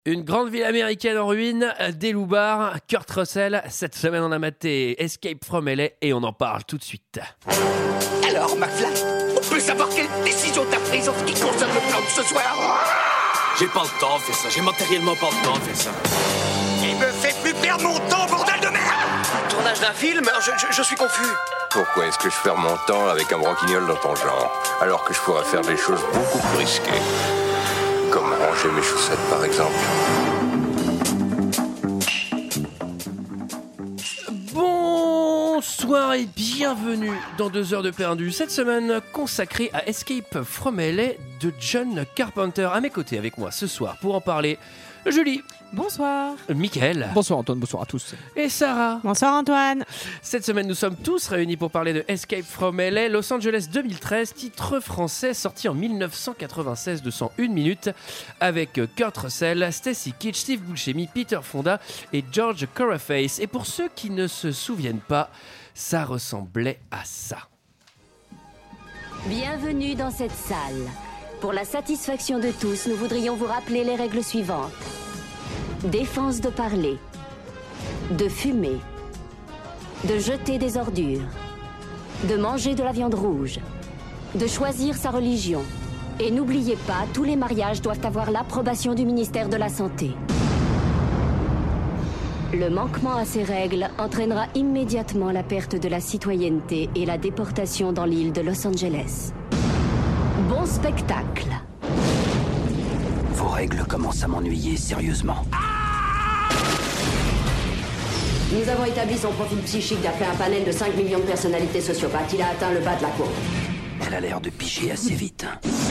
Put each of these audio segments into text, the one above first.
Une grande ville américaine en ruine, des loupards, Kurt Russell. Cette semaine, on a maté Escape from LA et on en parle tout de suite. Alors, McFly, on peut savoir quelle décision t'as prise en ce qui concerne le plan de ce soir? J'ai pas le temps de faire ça, j'ai matériellement pas le temps de faire ça. Il me fait plus perdre mon temps, bordel de merde! Tournage d'un film? Je suis confus. Pourquoi est-ce que je perds mon temps avec un branquignol dans ton genre, alors que je pourrais faire des choses beaucoup plus risquées? Comme ranger mes chaussettes, par exemple. Bonsoir et bienvenue dans 2 heures de perdu. Cette semaine consacrée à Escape from LA de John Carpenter. À mes côtés avec moi ce soir pour en parler, Julie. Bonsoir. Mickaël. Bonsoir Antoine, bonsoir à tous. Et Sarah. Bonsoir Antoine. Cette semaine, nous sommes tous réunis pour parler de Escape from LA, Los Angeles 2013, titre français sorti en 1996 de 101 minutes, avec Kurt Russell, Stacy Keach, Steve Buscemi, Peter Fonda et George Coraface. Et pour ceux qui ne se souviennent pas, ça ressemblait à ça. Bienvenue dans cette salle. Pour la satisfaction de tous, nous voudrions vous rappeler les règles suivantes. Défense de parler, de fumer, de jeter des ordures, de manger de la viande rouge, de choisir sa religion. Et n'oubliez pas, tous les mariages doivent avoir l'approbation du ministère de la Santé. Le manquement à ces règles entraînera immédiatement la perte de la citoyenneté et la déportation dans l'île de Los Angeles. Bon spectacle. Vos règles commencent à m'ennuyer sérieusement. Nous avons établi son profil psychique d'après un panel de 5 millions de personnalités sociopathes. Il a atteint le bas de la courbe. Elle a l'air de piger assez vite.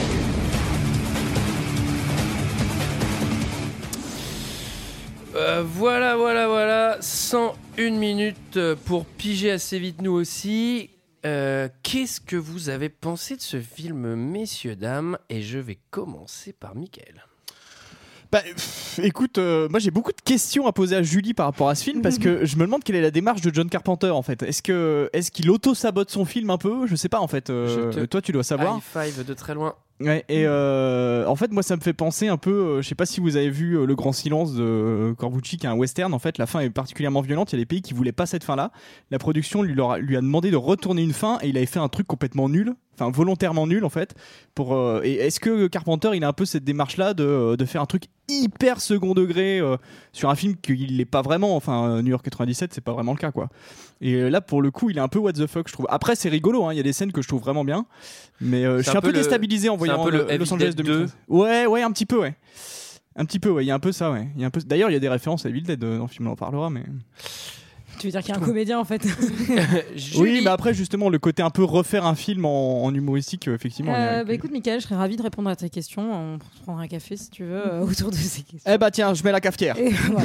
Voilà. 101 minutes pour piger assez vite nous aussi. Qu'est-ce que vous avez pensé de ce film, messieurs, dames? Et je vais commencer par Mickaël. Écoute, moi j'ai beaucoup de questions à poser à Julie par rapport à ce film parce que je me demande quelle est la démarche de John Carpenter en fait. Est-ce qu'il auto-sabote son film un peu? Je sais pas en fait. Toi tu dois savoir. High five de très loin. Ouais, et en fait moi ça me fait penser un peu, je sais pas si vous avez vu Le Grand Silence de Corbucci qui est un western. En fait la fin est particulièrement violente, il y a des pays qui voulaient pas cette fin là. La production lui a demandé de retourner une fin et il avait fait un truc complètement nul, enfin volontairement nul en fait. Et est-ce que Carpenter il a un peu cette démarche là de faire un truc hyper second degré sur un film qu'il n'est pas vraiment, enfin New York 97 c'est pas vraiment le cas quoi. Et là pour le coup il est un peu what the fuck je trouve. Après c'est rigolo, hein, il y a des scènes que je trouve vraiment bien, mais je suis un peu déstabilisé en voyant Los Angeles 2013. Ouais un petit peu ouais. Un petit peu ouais, il y a un peu ça ouais. D'ailleurs il y a des références à Evil Dead dans le film, on en parlera mais... Tu veux dire qu'il y a un comédien en fait? Oui, mais après justement le côté un peu refaire un film en humoristique, effectivement. Écoute, Mickaël, je serais ravie de répondre à tes questions. On peut se prendre un café si tu veux autour de ces questions. Eh bah tiens, je mets la cafetière.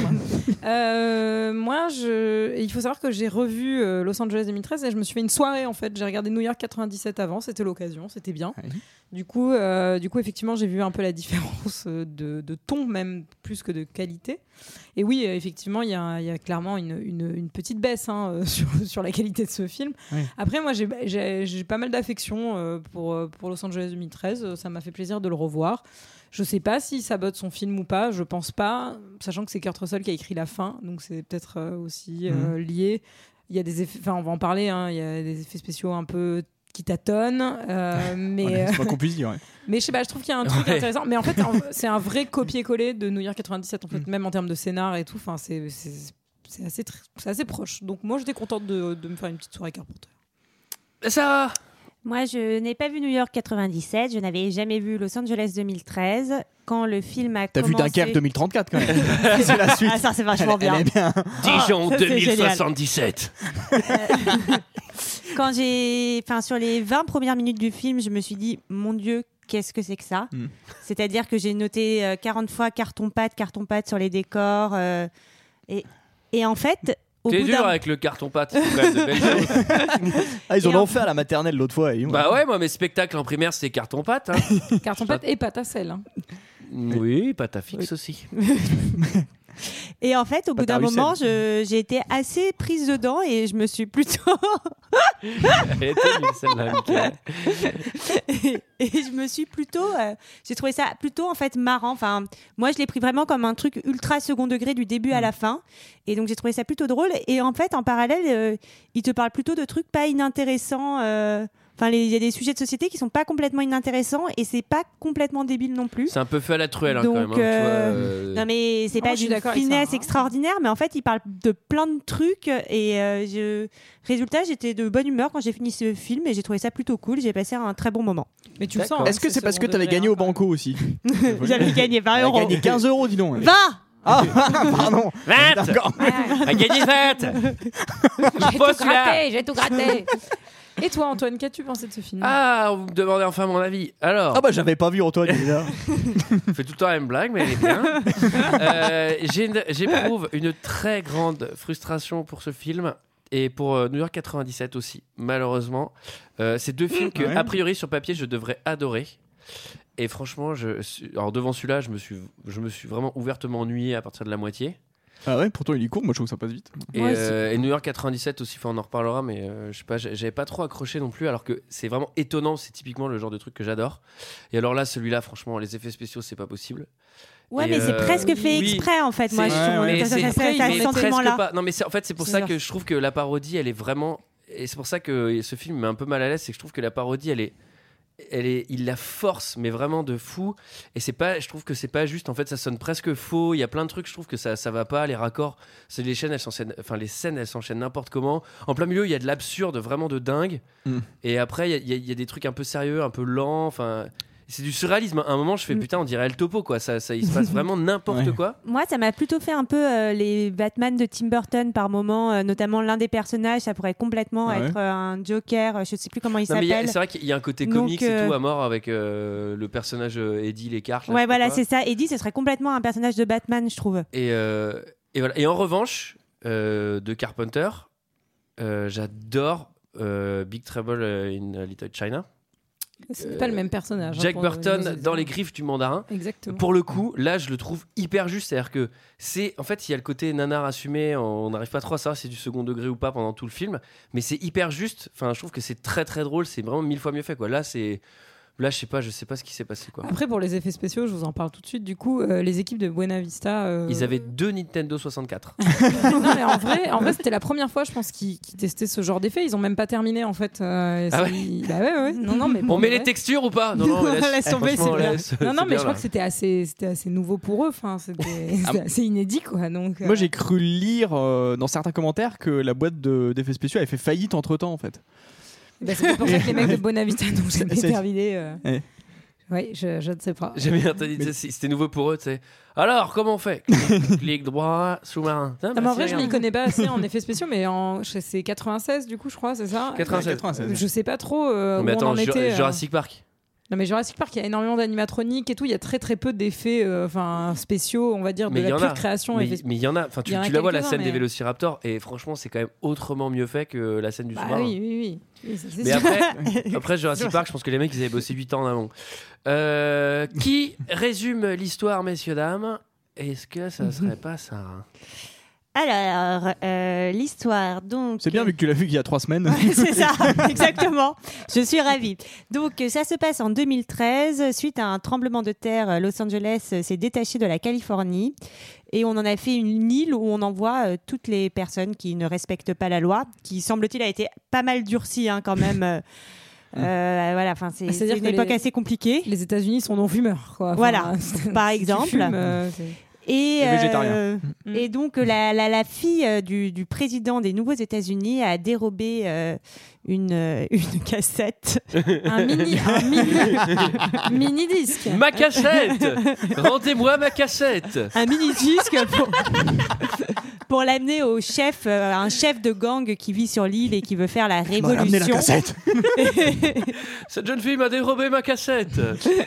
Voilà. Moi, il faut savoir que j'ai revu Los Angeles 2013 et je me suis fait une soirée en fait. J'ai regardé New York 97 avant, c'était l'occasion, c'était bien. Oui. Du coup, effectivement, j'ai vu un peu la différence de ton même plus que de qualité. Et oui, effectivement, il y a clairement une petite baisse sur la qualité de ce film. Oui. Après, moi, j'ai pas mal d'affection pour Los Angeles 2013. Ça m'a fait plaisir de le revoir. Je sais pas s'il sabote son film ou pas. Je pense pas, sachant que c'est Kurt Russell qui a écrit la fin, donc c'est peut-être aussi lié. Il y a des effets, enfin, on va en parler. Il y a des effets spéciaux un peu qui tâtonne, mais c'est pas qu'on puisse dire. Ouais. Mais je sais pas, je trouve qu'il y a un truc intéressant. Mais en fait, c'est un vrai copier-coller de New York 97 en fait, même en termes de scénar et tout. Enfin, c'est assez proche. Donc moi, j'étais contente de me faire une petite soirée Carpenter. Sarah. Moi, je n'ai pas vu New York 97, je n'avais jamais vu Los Angeles 2013. Quand le film a commencé... T'as vu Dunkerque 2034 quand même. C'est la suite. Ah, ça, c'est vachement bien. Elle est bien. Dijon 2077. Quand sur les 20 premières minutes du film, je me suis dit, mon Dieu, qu'est-ce que c'est que ça? C'est-à-dire que j'ai noté 40 fois carton-pâte sur les décors. Et en fait... T'es dur avec le carton-pâte. Ils en ont fait à la maternelle l'autre fois. Bah ouais, moi mes spectacles en primaire c'est carton-pâte. Carton-pâte et pâte à sel. Oui, pâte à fixe aussi. Et en fait, au bout d'un moment, j'ai été assez prise dedans et je me suis plutôt. Elle était nulle, celle-là, Mickaël. et je me suis plutôt. J'ai trouvé ça plutôt en fait marrant. Enfin, moi, je l'ai pris vraiment comme un truc ultra second degré du début à la fin. Et donc, j'ai trouvé ça plutôt drôle. Et en fait, en parallèle, il te parle plutôt de trucs pas inintéressants. Enfin, il y a des sujets de société qui sont pas complètement inintéressants et c'est pas complètement débile non plus. C'est un peu fait à la truelle, donc, quand même. Hein, non, mais c'est pas d'une finesse extraordinaire, mais en fait, il parle de plein de trucs et résultat, j'étais de bonne humeur quand j'ai fini ce film et j'ai trouvé ça plutôt cool. J'ai passé un très bon moment. Mais tu le sens. Est-ce que c'est parce que tu avais gagné au banco aussi? J'avais gagné 20 euros. Gagné 15 euros, dis donc. 20. Ah, pardon. 20. D'accord. A gagné 20. J'ai tout gratté. Et toi, Antoine, qu'as-tu pensé de ce film? Ah, vous me demandez enfin mon avis. Alors. Ah bah j'avais pas vu Antoine déjà. Je fais tout le temps la même blague, mais elle est bien. J'éprouve une très grande frustration pour ce film. Et pour New York 97 aussi, malheureusement. C'est deux films que, a priori, sur papier, je devrais adorer. Et franchement, alors devant celui-là, je me suis vraiment ouvertement ennuyé à partir de la moitié. Ah ouais, pourtant il est court, moi je trouve que ça passe vite. Et New York 97 aussi, on en reparlera, mais je sais pas, j'avais pas trop accroché non plus, alors que c'est vraiment étonnant, c'est typiquement le genre de truc que j'adore. Et alors là, celui-là, franchement, les effets spéciaux, c'est pas possible. Ouais, mais c'est presque fait exprès en fait. Moi, je trouve pas. Non, mais en fait, c'est pour ça que je trouve que la parodie, elle est vraiment. Et c'est pour ça que ce film met un peu mal à l'aise, c'est que je trouve que la parodie, il la force, mais vraiment de fou. Et je trouve que c'est pas juste. En fait, ça sonne presque faux. Il y a plein de trucs, je trouve que ça va pas. Les raccords, les scènes, elles s'enchaînent n'importe comment. En plein milieu, il y a de l'absurde, vraiment de dingue. Et après, il y a des trucs un peu sérieux, un peu lents. Enfin. C'est du surréalisme. À un moment, je fais putain, on dirait El Topo, quoi. Ça, il se passe vraiment n'importe quoi. Moi, ça m'a plutôt fait un peu les Batman de Tim Burton par moment, notamment l'un des personnages. Ça pourrait complètement être un Joker. Je sais plus comment il s'appelle. C'est vrai qu'il y a un côté comique et tout à mort avec le personnage Eddie Lécarte. Ouais, voilà, c'est ça. Eddie, ce serait complètement un personnage de Batman, je trouve. Et voilà. Et en revanche, de Carpenter, j'adore Big Trouble in Little China. C'est pas le même personnage. Jack Burton dans Les Griffes du Mandarin. Exactement. Pour le coup, là, je le trouve hyper juste. C'est-à-dire que en fait, il y a le côté nanar assumé. On n'arrive pas trop à savoir si c'est du second degré ou pas pendant tout le film. Mais c'est hyper juste. Enfin, je trouve que c'est très très drôle. C'est vraiment 1000 fois mieux fait, quoi. Là, je sais pas ce qui s'est passé, quoi. Après, pour les effets spéciaux, je vous en parle tout de suite. Du coup, les équipes de Buena Vista. Ils avaient 2 Nintendo 64. Non, mais en vrai, c'était la première fois, je pense, qu'ils testaient ce genre d'effet. Ils ont même pas terminé, en fait. Ah ouais. Bah ouais. Non, mais on met les textures ou pas? Non, laisse tomber, c'est bien. Non, mais je crois que c'était assez nouveau pour eux. Enfin, c'était assez inédit, quoi. Donc. Moi, j'ai cru lire dans certains commentaires que la boîte d'effets spéciaux avait fait faillite entre temps, en fait. Bah, c'est pour ça que les mecs de Bonavista n'ont jamais terminé. Oui, je ne sais pas. J'ai bien entendu, c'était nouveau pour eux, tu sais. Alors, comment on fait? Clic droit, sous-marin. Non, mais en vrai, je m'y connais pas assez en effets spéciaux, mais c'est 96, du coup, je crois, c'est ça? 96. Je sais pas trop mais attends, où on en était. Jurassic Park. Non, mais Jurassic Park, il y a énormément d'animatroniques et tout. Il y a très très peu d'effets spéciaux, on va dire, de la pure création. Mais il y en a. Enfin, tu la vois, la scène des Vélociraptors, et franchement, c'est quand même autrement mieux fait que la scène du sous-marin. Oui, mais après Jurassic Park, je pense que les mecs, ils avaient bossé 8 ans en amont. Qui résume l'histoire, messieurs, dames? Est-ce que ça serait pas ça? Alors, l'histoire, donc... C'est bien vu que tu l'as vu il y a 3 semaines. C'est ça, exactement. Je suis ravie. Donc, ça se passe en 2013. Suite à un tremblement de terre, Los Angeles s'est détaché de la Californie. Et on en a fait une île où on envoie toutes les personnes qui ne respectent pas la loi, qui, semble-t-il, a été pas mal durcie quand même. Voilà, enfin c'est une époque assez compliquée. Les États-Unis sont non-fumeurs, quoi. Voilà, par exemple. Et donc la fille du président des nouveaux États-Unis a dérobé une cassette, un mini disque. Ma cassette. Rendez-moi ma cassette. Un mini disque pour l'amener au chef, un chef de gang qui vit sur l'île et qui veut faire la révolution. Amener la cassette. Cette jeune fille m'a dérobé ma cassette.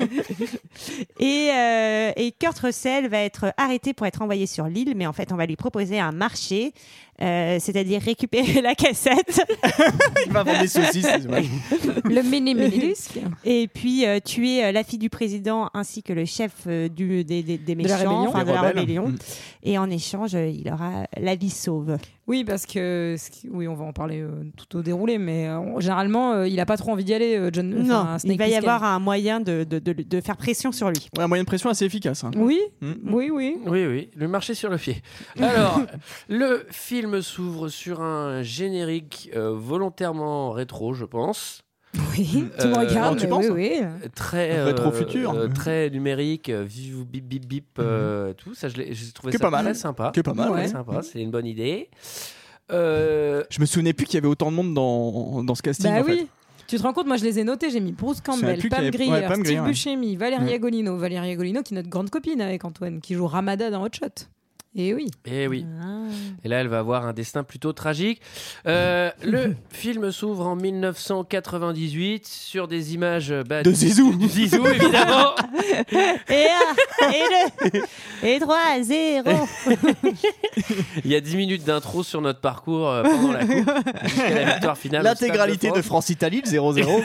Et Kurt Russell va être arrêté pour être envoyé sur l'île, mais en fait on va lui proposer un marché, c'est-à-dire récupérer la cassette. Il va vendre des saucisses, le mini disque, et puis tuer la fille du président ainsi que le chef des méchants, de la rébellion. et en échange, il aura la vie sauve. Oui, parce que oui, on va en parler tout au déroulé, mais généralement, il a pas trop envie d'y aller. Non, Snake il va y avoir un moyen de faire pression sur lui. Ouais, un moyen de pression assez efficace. Hein. Oui, Mm. oui. Oui, le marché sur le pied. Alors, le film s'ouvre sur un générique volontairement rétro, je pense. Oui, tu me regardes, tu mais penses oui. Très rétro-futur. très numérique, bip bip bip, tout ça. J'ai trouvé Que ça pas mal. très sympa. Que pas mal. Ouais. Très sympa, c'est une bonne idée. Je me souvenais plus qu'il y avait autant de monde dans ce casting. Bah en fait. oui. Tu te rends compte, moi je les ai notés, j'ai mis Bruce Campbell, plus qu'il y Pam avait- Grier, ouais, Pam Grier, Steve ouais. Buscemi, Valeria Golino. Valeria Golino qui est notre grande copine avec Antoine, qui joue Ramada dans Hot Shot. Et oui. Et oui. Ah. Et là, elle va avoir un destin plutôt tragique. Le film s'ouvre en 1998 sur des images De Zizou. du Zizou, évidemment. Et 1, et 2, et 3, 0. Il y a 10 minutes d'intro sur notre parcours pendant la coupe jusqu'à la victoire finale. au Stade L'intégralité de France-Italie, le 0-0.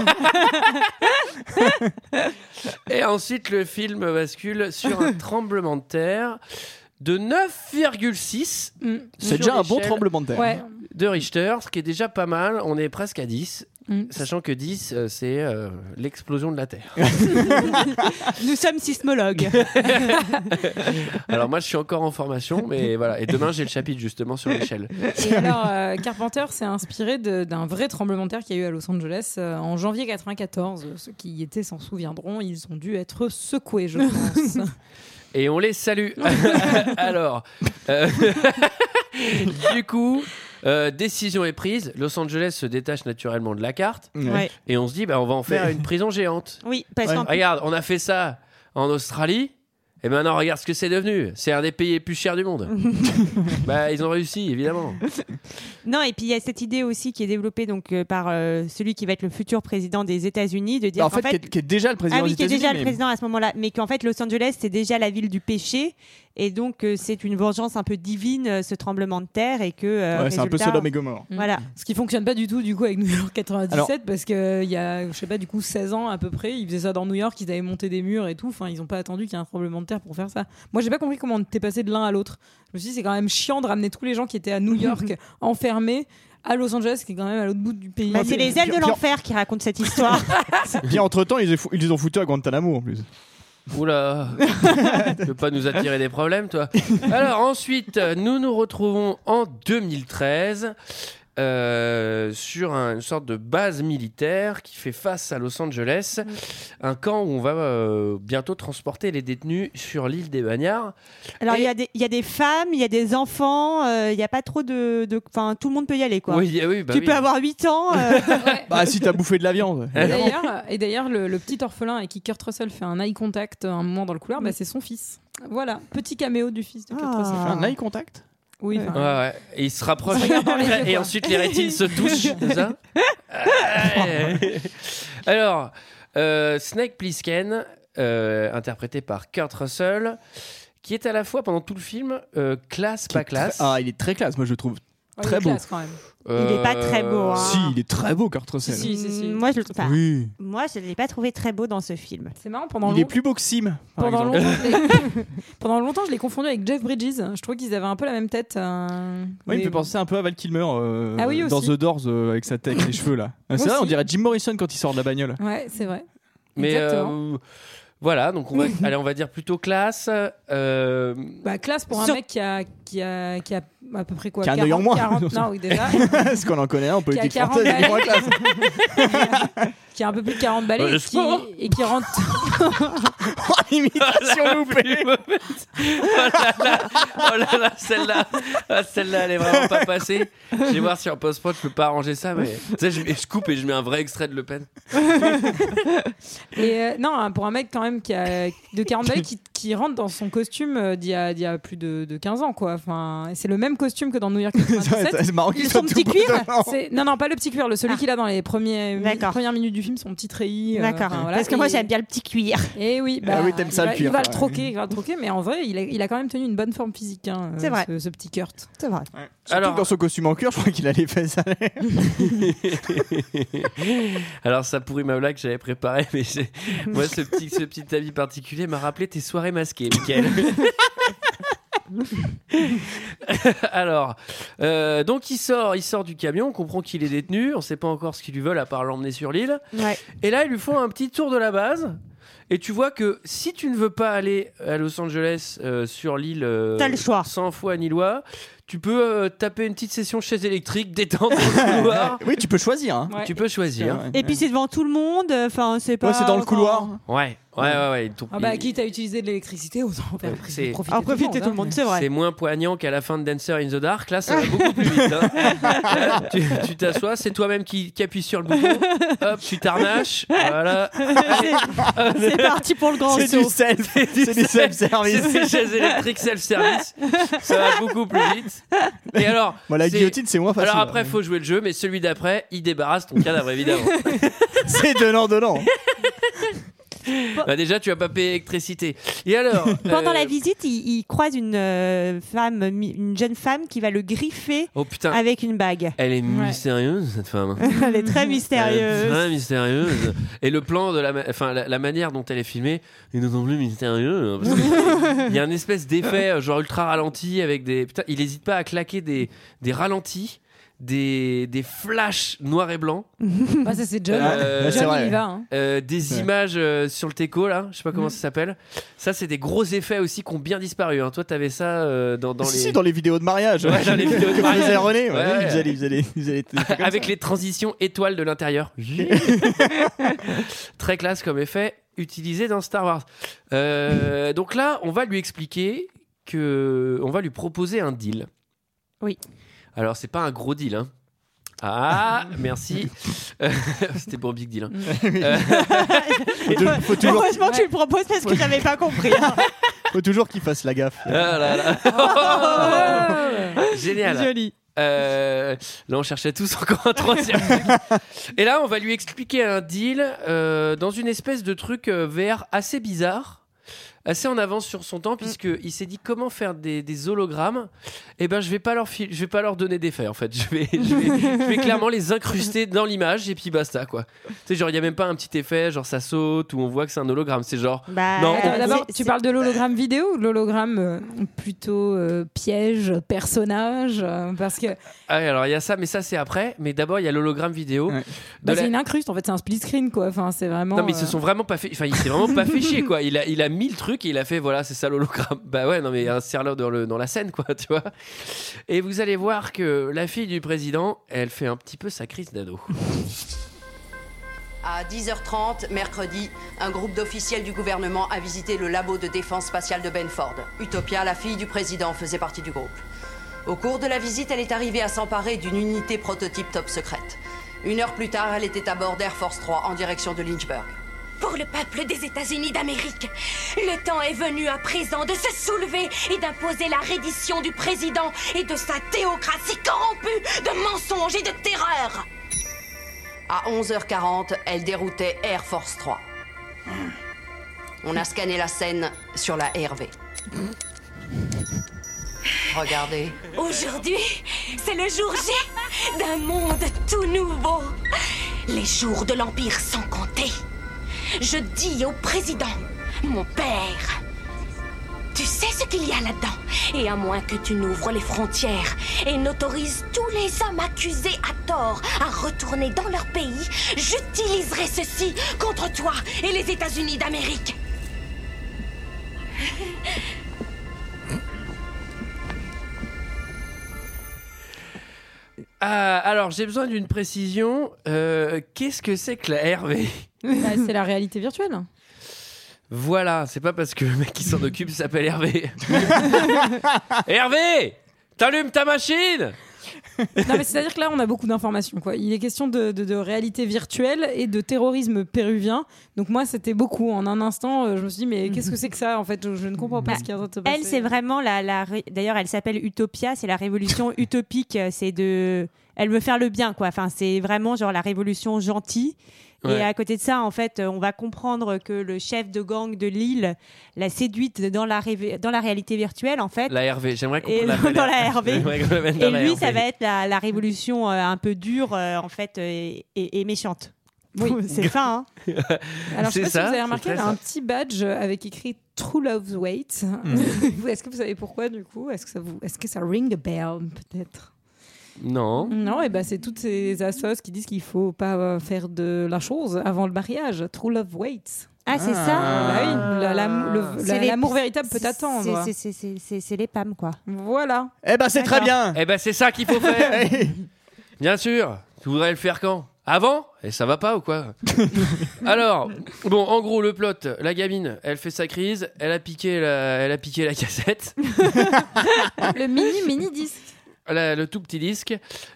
Et ensuite, le film bascule sur un tremblement de terre de 9,6 C'est sur déjà un bon l'échelle tremblement de terre. Ouais. de Richter, ce qui est déjà pas mal. On est presque à 10. Mm. Sachant que 10, c'est l'explosion de la Terre. Nous sommes sismologues. Alors moi, je suis encore en formation, mais voilà. Et demain, j'ai le chapitre justement sur l'échelle. Et alors, Carpenter s'est inspiré d'un vrai tremblement de terre qu'il y a eu à Los Angeles en janvier 94. Ceux qui y étaient s'en souviendront, ils ont dû être secoués, je pense. Et on les salue. Alors, du coup, décision est prise. Los Angeles se détache naturellement de la carte. Ouais. Et on se dit, bah, on va en faire une prison géante. Oui, parce qu'en Regarde, on a fait ça en Australie. Et maintenant, regarde ce que c'est devenu. C'est un des pays les plus chers du monde. Bah, ils ont réussi, évidemment. Non, et puis il y a cette idée aussi qui est développée donc par celui qui va être le futur président des États-Unis de dire En fait, qui est déjà le président ah oui, des qui est États-Unis. déjà le mais- président à ce moment-là, mais qu'en fait Los Angeles c'est déjà la ville du péché et donc c'est une vengeance un peu divine ce tremblement de terre et que Ouais, c'est un peu résultat- Sodome et Gomorrhe. Voilà. Ce qui fonctionne pas du tout du coup avec New York 97 Alors- parce que il y a je sais pas du coup 16 ans à peu près, ils faisaient ça dans New York, ils avaient monté des murs et tout, enfin ils ont pas attendu qu'il y ait un tremblement de terre pour faire ça. Moi j'ai pas compris comment t'es passé de l'un à l'autre. Je me suis dit c'est quand même chiant de ramener tous les gens qui étaient à New York enfermés à Los Angeles qui est quand même à l'autre bout du pays. Bah, c'est les ailes de Puis- l'enfer qui racontent cette histoire. Bien entre-temps, ils les ont foutus à Guantanamo en plus. Oula, tu veux pas nous attirer des problèmes, toi? Alors ensuite, nous nous retrouvons en 2013 sur une sorte de base militaire qui fait face à Los Angeles, un camp où on va bientôt transporter les détenus sur l'île des Bagnards. Alors Et- il y a des femmes, il y a des enfants, il n'y a pas trop enfin tout le monde peut y aller quoi. Oui, oui, bah Tu oui. peux avoir 8 ans. Ouais. Bah, si t'as bouffé de la viande. Et d'ailleurs, le petit orphelin avec qui Kurt Russell fait un eye contact un moment dans le couloir, bah, c'est son fils. Voilà, petit caméo du fils de Kurt Ah. Russell. Un eye contact. Oui, Ouais, enfin, ouais. Et il se rapproche On se regarde dans les yeux, et quoi. ensuite les rétines se touchent, c'est ça? Alors, Snake Plissken, interprété par Kurt Russell, qui est à la fois pendant tout le film classe, pas classe. Ah, il est très classe, moi je le trouve. ouais, très il est beau. classe, quand même. Il est pas très beau, hein. Si, il est très beau, Kurt Russell. Si. Moi je le trouve pas. Oui. Moi je l'ai pas trouvé très beau dans ce film. C'est marrant, pendant Il est plus beau que Sim. par Pendant exemple. longtemps, pendant longtemps, je l'ai confondu avec Jeff Bridges. Je trouvais qu'ils avaient un peu la même tête. Ouais, il mais me fait penser un peu à Val Kilmer Ah oui, dans aussi. The Doors avec sa tête, les cheveux là. C'est vrai, Aussi. on dirait Jim Morrison quand il sort de la bagnole. Ouais, c'est vrai. Mais Exactement. voilà, donc on va dire plutôt classe. Bah, classe pour un Sur- mec qui a à peu près quoi, Qui a un œil en moins. 40, non, oui, déjà. Parce qu'on en connaît un en politique Qui a 40 française, il est moins balais. classe. Qui a un peu plus de 40 balais Le et sport. qui rentre. Oh, imitation loupée. Oh là là, celle-là, celle-là, elle est vraiment pas passée. Je vais voir si en post-prod je peux pas arranger ça, mais tu sais, je coupe et je mets un vrai extrait de Le Pen. Et non, pour un mec quand même qui a de 40 balais qui rentre dans son costume d'il y a plus de 15 ans, quoi. Enfin, c'est le même costume que dans New York 97. C'est marrant qu'il Ils soit sont tout petits cuir. bredouillant. Non, pas le petit cuir, celui qu'il a dans les D'accord. premières minutes du film, son petit treillis. D'accord. enfin, voilà. Parce que moi Et- j'aime bien le petit cuir. Et oui, Ah oui, t'aimes ça, le cuir, il va quoi. il va le troquer, mais en vrai, il a quand même tenu une bonne forme physique, hein, C'est vrai. ce petit Kurt. C'est vrai. Surtout Alors- que dans son costume en cuir, je crois qu'il a les fesses à l'air. Alors ça pourrit ma blague que j'avais préparée, mais moi ce petit habit particulier m'a rappelé tes soirées masquées, Mickaël. Alors, donc il sort du camion, on comprend qu'il est détenu, on sait pas encore ce qu'ils lui veulent à part l'emmener sur l'île. Ouais. Et là, ils lui font un petit tour de la base. Et tu vois que si tu ne veux pas aller à Los Angeles sur l'île T'as le choix. 100 fois Nilois, tu peux taper une petite session chaise électrique, détendre le couloir. Oui, tu peux choisir. Hein. Ouais. Tu peux choisir. Et puis c'est devant tout le monde. Enfin, c'est pas. Ouais, c'est dans le couloir. Ouais. Quitte à utiliser de l'électricité, autant faire C'est- profiter tout le monde, c'est vrai. C'est moins poignant qu'à la fin de Dancer in the Dark. Là, ça va beaucoup plus vite. Hein. Là, tu t'assois, c'est toi-même qui appuie sur le bouton. Hop, tu t'arnaches. Voilà. C'est parti pour le grand C'est saut. du self. C'est du self-service. C'est des chaises électriques self-service. Ça va beaucoup plus vite. Et alors, Bon, la c'est- guillotine, c'est moins facile. alors après, faut jouer le jeu, mais celui d'après, il débarrasse ton cadavre, évidemment. C'est donnant. Bah déjà, tu vas pas payer l'électricité. Et alors Pendant la visite, il croise une jeune femme qui va le griffer Oh putain, avec une bague. elle est mystérieuse, cette femme. Elle est très Elle est mystérieuse. très mystérieuse. Et le plan de la manière dont elle est filmée est d'autant plus mystérieux. Parce que il y a une espèce d'effet genre ultra ralenti avec des. Putain, il hésite pas à claquer des ralentis, des flashs noirs et blancs, Ah, ça c'est John. Ouais, c'est John, vrai. il y va. Hein. des Ouais. images sur le teco là, je sais pas comment ça s'appelle. Ça, c'est des gros effets aussi qui ont bien disparu. Hein. Toi, t'avais ça dans les. Si, dans les vidéos de mariage. Ouais, dans les vidéos de Que mariage. faisait René. Ouais. Ils faisaient des trucs comme Avec ça. les transitions étoiles de l'intérieur. Très classe comme effet utilisé dans Star Wars. Donc là, on va lui expliquer on va lui proposer un deal. Oui. Alors, c'est pas un gros deal, hein. Ah, merci. C'était pour Big Deal. Hein. Faut toujours, Heureusement que tu le proposes parce que j'avais pas compris. faut toujours qu'il fasse la gaffe. Ah là là. Génial. Joli. Là, on cherchait tous encore un troisième truc. Et là, on va lui expliquer un deal dans une espèce de truc VR assez bizarre, assez en avance sur son temps, puisqu'il s'est dit comment faire des hologrammes. Et ben, je vais pas leur donner d'effet, en fait. Je vais clairement les incruster dans l'image et puis basta, quoi. Tu sais, genre, il y a même pas un petit effet, genre ça saute ou on voit que c'est un hologramme. C'est genre. Non, D'abord, tu parles de l'hologramme vidéo ou de l'hologramme plutôt piège, personnage parce que Ah, alors il y a ça, mais ça c'est après. Mais d'abord, il y a l'hologramme vidéo. Ouais. c'est une incruste, en fait, c'est un split screen, quoi. Enfin, c'est vraiment. Non mais ils se sont vraiment pas fait. Enfin, il s'est vraiment pas fait chier, quoi. Il a mis le truc et il a fait voilà, c'est ça l'hologramme. Bah ouais, non mais insère-le dans la scène, quoi, tu vois. Et vous allez voir que la fille du président, elle fait un petit peu sa crise d'ado. À 10h30, mercredi, un groupe d'officiels du gouvernement a visité le labo de défense spatiale de Benford. Utopia, la fille du président, faisait partie du groupe. Au cours de la visite, elle est arrivée à s'emparer d'une unité prototype top secrète. 1 heure plus tard, elle était à bord d'Air Force 3 en direction de Lynchburg. Pour le peuple des États-Unis d'Amérique, le temps est venu à présent de se soulever et d'imposer la reddition du président et de sa théocratie corrompue de mensonges et de terreur. À 11h40, elle déroutait Air Force 3. On a scanné la scène sur la RV. Regardez. Aujourd'hui, c'est le jour J d'un monde tout nouveau. Les jours de l'Empire sont comptés. Je dis au président, mon père, tu sais ce qu'il y a là-dedans. Et à moins que tu n'ouvres les frontières et n'autorises tous les hommes accusés à tort à retourner dans leur pays, j'utiliserai ceci contre toi et les États-Unis d'Amérique. Alors, j'ai besoin d'une précision. Qu'est-ce que c'est que la RV ? C'est la réalité virtuelle. Voilà, c'est pas parce que le mec qui s'en occupe s'appelle Hervé. Hervé, t'allumes ta machine. Non, mais c'est-à-dire que là, on a beaucoup d'informations, quoi. Il est question de réalité virtuelle et de terrorisme péruvien. Donc moi, c'était beaucoup. En un instant, je me suis dit, mais qu'est-ce que c'est que ça ? En fait, je ne comprends pas ce qui est en train de se passer. Elle, c'est vraiment d'ailleurs, elle s'appelle Utopia, c'est la révolution utopique. C'est elle veut faire le bien, quoi. Enfin, c'est vraiment genre la révolution gentille. Ouais. Et à côté de ça, en fait, on va comprendre que le chef de gang de Lille l'a séduite dans la réalité virtuelle, en fait. La RV, j'aimerais qu'on Et l'appelle dans la RV. J'aimerais qu'on l'appelle Et dans la lui, RV. ça va être la révolution un peu dure, en fait, et méchante. Oui. C'est fin, hein. Alors, je sais pas C'est si ça, vous avez c'est remarqué, très elle a ça. un petit badge avec écrit True Love's Wait. Est-ce que vous savez pourquoi, du coup? Est-ce que ça ring a bell, peut-être? Non. Non, et ben c'est toutes ces assos qui disent qu'il faut pas faire de la chose avant le mariage. True Love Waits. Ah, c'est ça. Bah oui, C'est les- l'amour véritable peut attendre. C'est les PAM, quoi. Voilà. Eh ben, c'est très bien. Eh ben, c'est ça qu'il faut faire. Bien sûr. Tu voudrais le faire quand? Avant? Et ça va pas ou quoi? Alors, bon, en gros, le plot, la gamine, elle fait sa crise, elle a piqué la cassette, Le mini disque. le tout petit disque.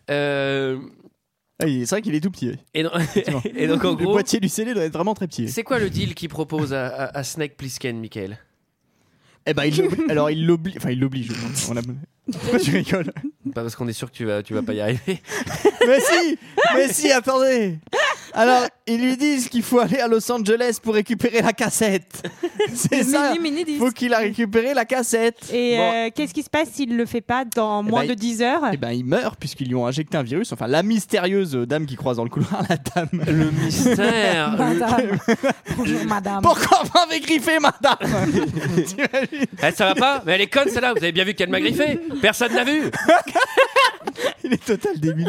C'est vrai qu'il est tout petit. Oui. Et donc, en Le gros, boîtier du CD doit être vraiment très petit. c'est quoi le deal qu'il propose à Snake Plissken, Michael? Eh ben, il l'oblige. Enfin, il l'oblige. Pourquoi tu rigoles? Pas parce qu'on est sûr que tu vas pas y arriver. Mais si, attendez. Alors, ils lui disent qu'il faut aller à Los Angeles pour récupérer la cassette. C'est ça. Mini disque. Faut qu'il a récupéré la cassette. Et Bon. qu'est-ce qui se passe s'il le fait pas dans moins de 10 heures? Eh ben, il meurt puisqu'ils lui ont injecté un virus. Enfin, la mystérieuse dame qui croise dans le couloir, la dame. Le mystère. Madame. Bonjour, madame. Pourquoi vous m'avez griffé, madame? Ça va pas? Mais elle est conne celle-là. Vous avez bien vu qu'elle m'a griffé. Personne l'a vu. Il est total débile.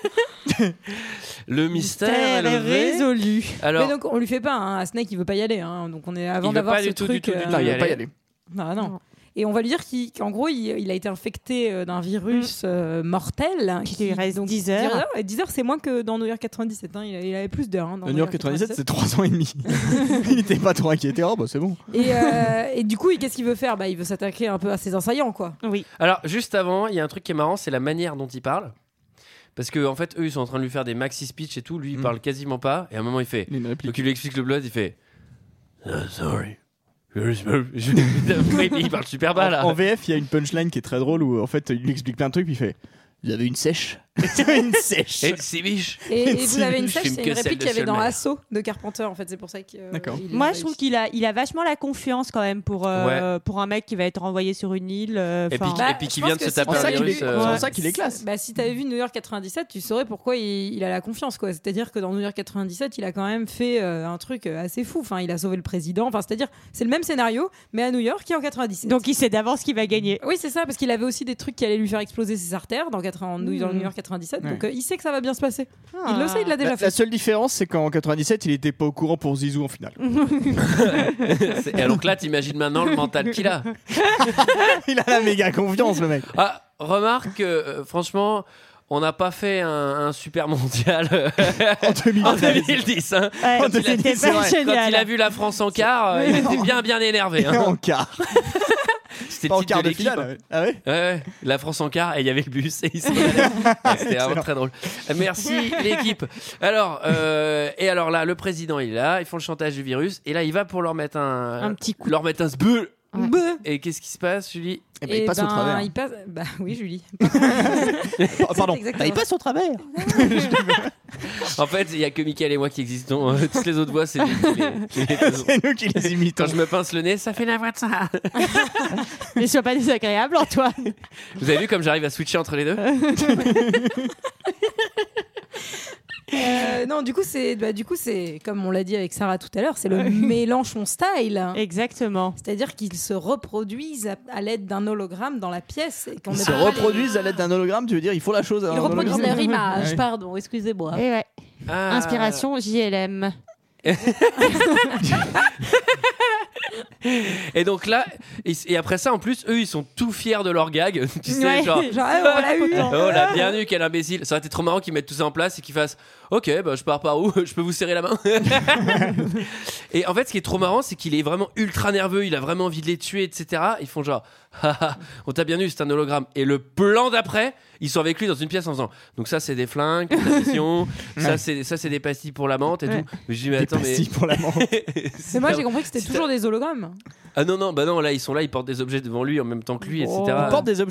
Le mystère est résolu. Alors, Mais donc on lui fait pas, hein. À Snake il veut pas y aller, hein. Donc on est avant il veut d'avoir pas ce du tout, truc. du tout, du tout. Non, il y va pas y aller. aller. Non. Et on va lui dire qu'en gros il a été infecté d'un virus mortel Qui lui reste 10 heures. Et 10 heures c'est moins que dans New York 97, hein. Il avait plus d'heures, hein, dans New York 97, c'est 3 ans et demi. Il était pas trop inquiété. Oh, bah c'est bon. Et du coup qu'est-ce qu'il veut faire? Il veut s'attaquer un peu à ses assaillants, quoi. Oui. Alors, juste avant, il y a un truc qui est marrant, c'est la manière dont il parle. Parce que en fait, eux, ils sont en train de lui faire des maxi speech et tout. Lui, il parle quasiment pas. Et à un moment, il fait. Donc, il lui explique le blood. Il fait. Sorry. Il parle super bas là. En VF, il y a une punchline qui est très drôle où en fait, il lui explique plein de trucs. Puis il fait. Vous avez une sèche? Une sèche. Et c'est biche. Et vous avez une Je sèche, filme c'est que une celle réplique de qu'il y avait dans Schulmer. Assaut de Carpenter, en fait. C'est pour ça que. D'accord. Moi, je trouve qu'il a vachement la confiance quand même pour un mec qui va être envoyé sur une île. Et puis qui je vient pense de se que taper c'est un pour ça virus. qu'il C'est pour ça qu'il est classe. Si t'avais vu New York 97, tu saurais pourquoi il a la confiance, quoi. C'est-à-dire que dans New York 97, il a quand même fait un truc assez fou. Enfin, il a sauvé le président. Enfin, c'est-à-dire, c'est le même scénario, mais à New York et en 97. Donc il sait d'avance qu'il va gagner. Oui, c'est ça, parce qu'il avait aussi des trucs qui allaient lui faire exploser ses artères dans New York 97. Ouais. Donc il sait que ça va bien se passer. Il le sait, il l'a déjà La fait. seule différence, c'est qu'en 97, il était pas au courant pour Zizou en finale. Et donc là, t'imagines maintenant le mental qu'il a. Il a la méga confiance, le mec. Ah, remarque que franchement. On n'a pas fait un super mondial En 2010. Hein. Ouais, Quand, il a, c'était c'est pas vrai, génial. quand il a vu la France en quart, il était bien énervé. Hein. En quart. C'était Pas le en titre quart de l'équipe, finale. hein. Ah ouais? Ouais, la France en quart et il y avait le bus et il s'en allait. C'était vraiment très drôle. Merci l'équipe. Alors, et alors là, le président il est là, ils font le chantage du virus et là il va pour leur mettre Un petit coup. leur mettre un sbeul. Bah. Et qu'est-ce qui se passe, Julie? Eh ben, il passe au travers. Il passe... Bah oui, Julie. Pardon. Exactement. Il passe au travers. En fait, il y a que Mickaël et moi qui existons. Toutes les autres voix, c'est lui qui les faisons. C'est nous qui les imitons. Quand je me pince le nez, ça fait la voix de ça. Mais sois pas désagréable, Antoine. Vous avez vu comme j'arrive à switcher entre les deux? Non, du coup, c'est comme on l'a dit avec Sarah tout à l'heure, c'est le Mélenchon style. Exactement. C'est-à-dire qu'ils se reproduisent à l'aide d'un hologramme dans la pièce. Et qu'on Ils ne se peut pas reproduisent à l'aide d'un hologramme, tu veux dire, il faut la chose à Ils un reproduisent hologramme. leur image, Ouais. pardon, excusez-moi. Et ouais. Ah. Inspiration JLM. Et donc là, et après ça, en plus, eux, ils sont tout fiers de leur gag. Tu sais, Ouais. genre, Genre, on l'a eu. oh, on l'a bien eu, quel imbécile. Ça aurait été trop marrant qu'ils mettent tout ça en place et qu'ils fassent ok, bah, je pars par où? Je peux vous serrer la main? Et en fait, ce qui est trop marrant, c'est qu'il est vraiment ultra nerveux. Il a vraiment envie de les tuer, etc. Ils font genre, haha, on t'a bien eu, c'est un hologramme. Et le plan d'après, ils sont avec lui dans une pièce en faisant donc ça, c'est des flingues, pour la mission. ça, c'est des pastilles pour la menthe et tout. Mais je dis, mais Des attends, pastilles pour la menthe. Mais moi, j'ai compris que c'était toujours des hologrammes. Ah non, bah non, là, ils sont là, ils portent des objets devant lui en même temps que lui, etc. Il porte des objets?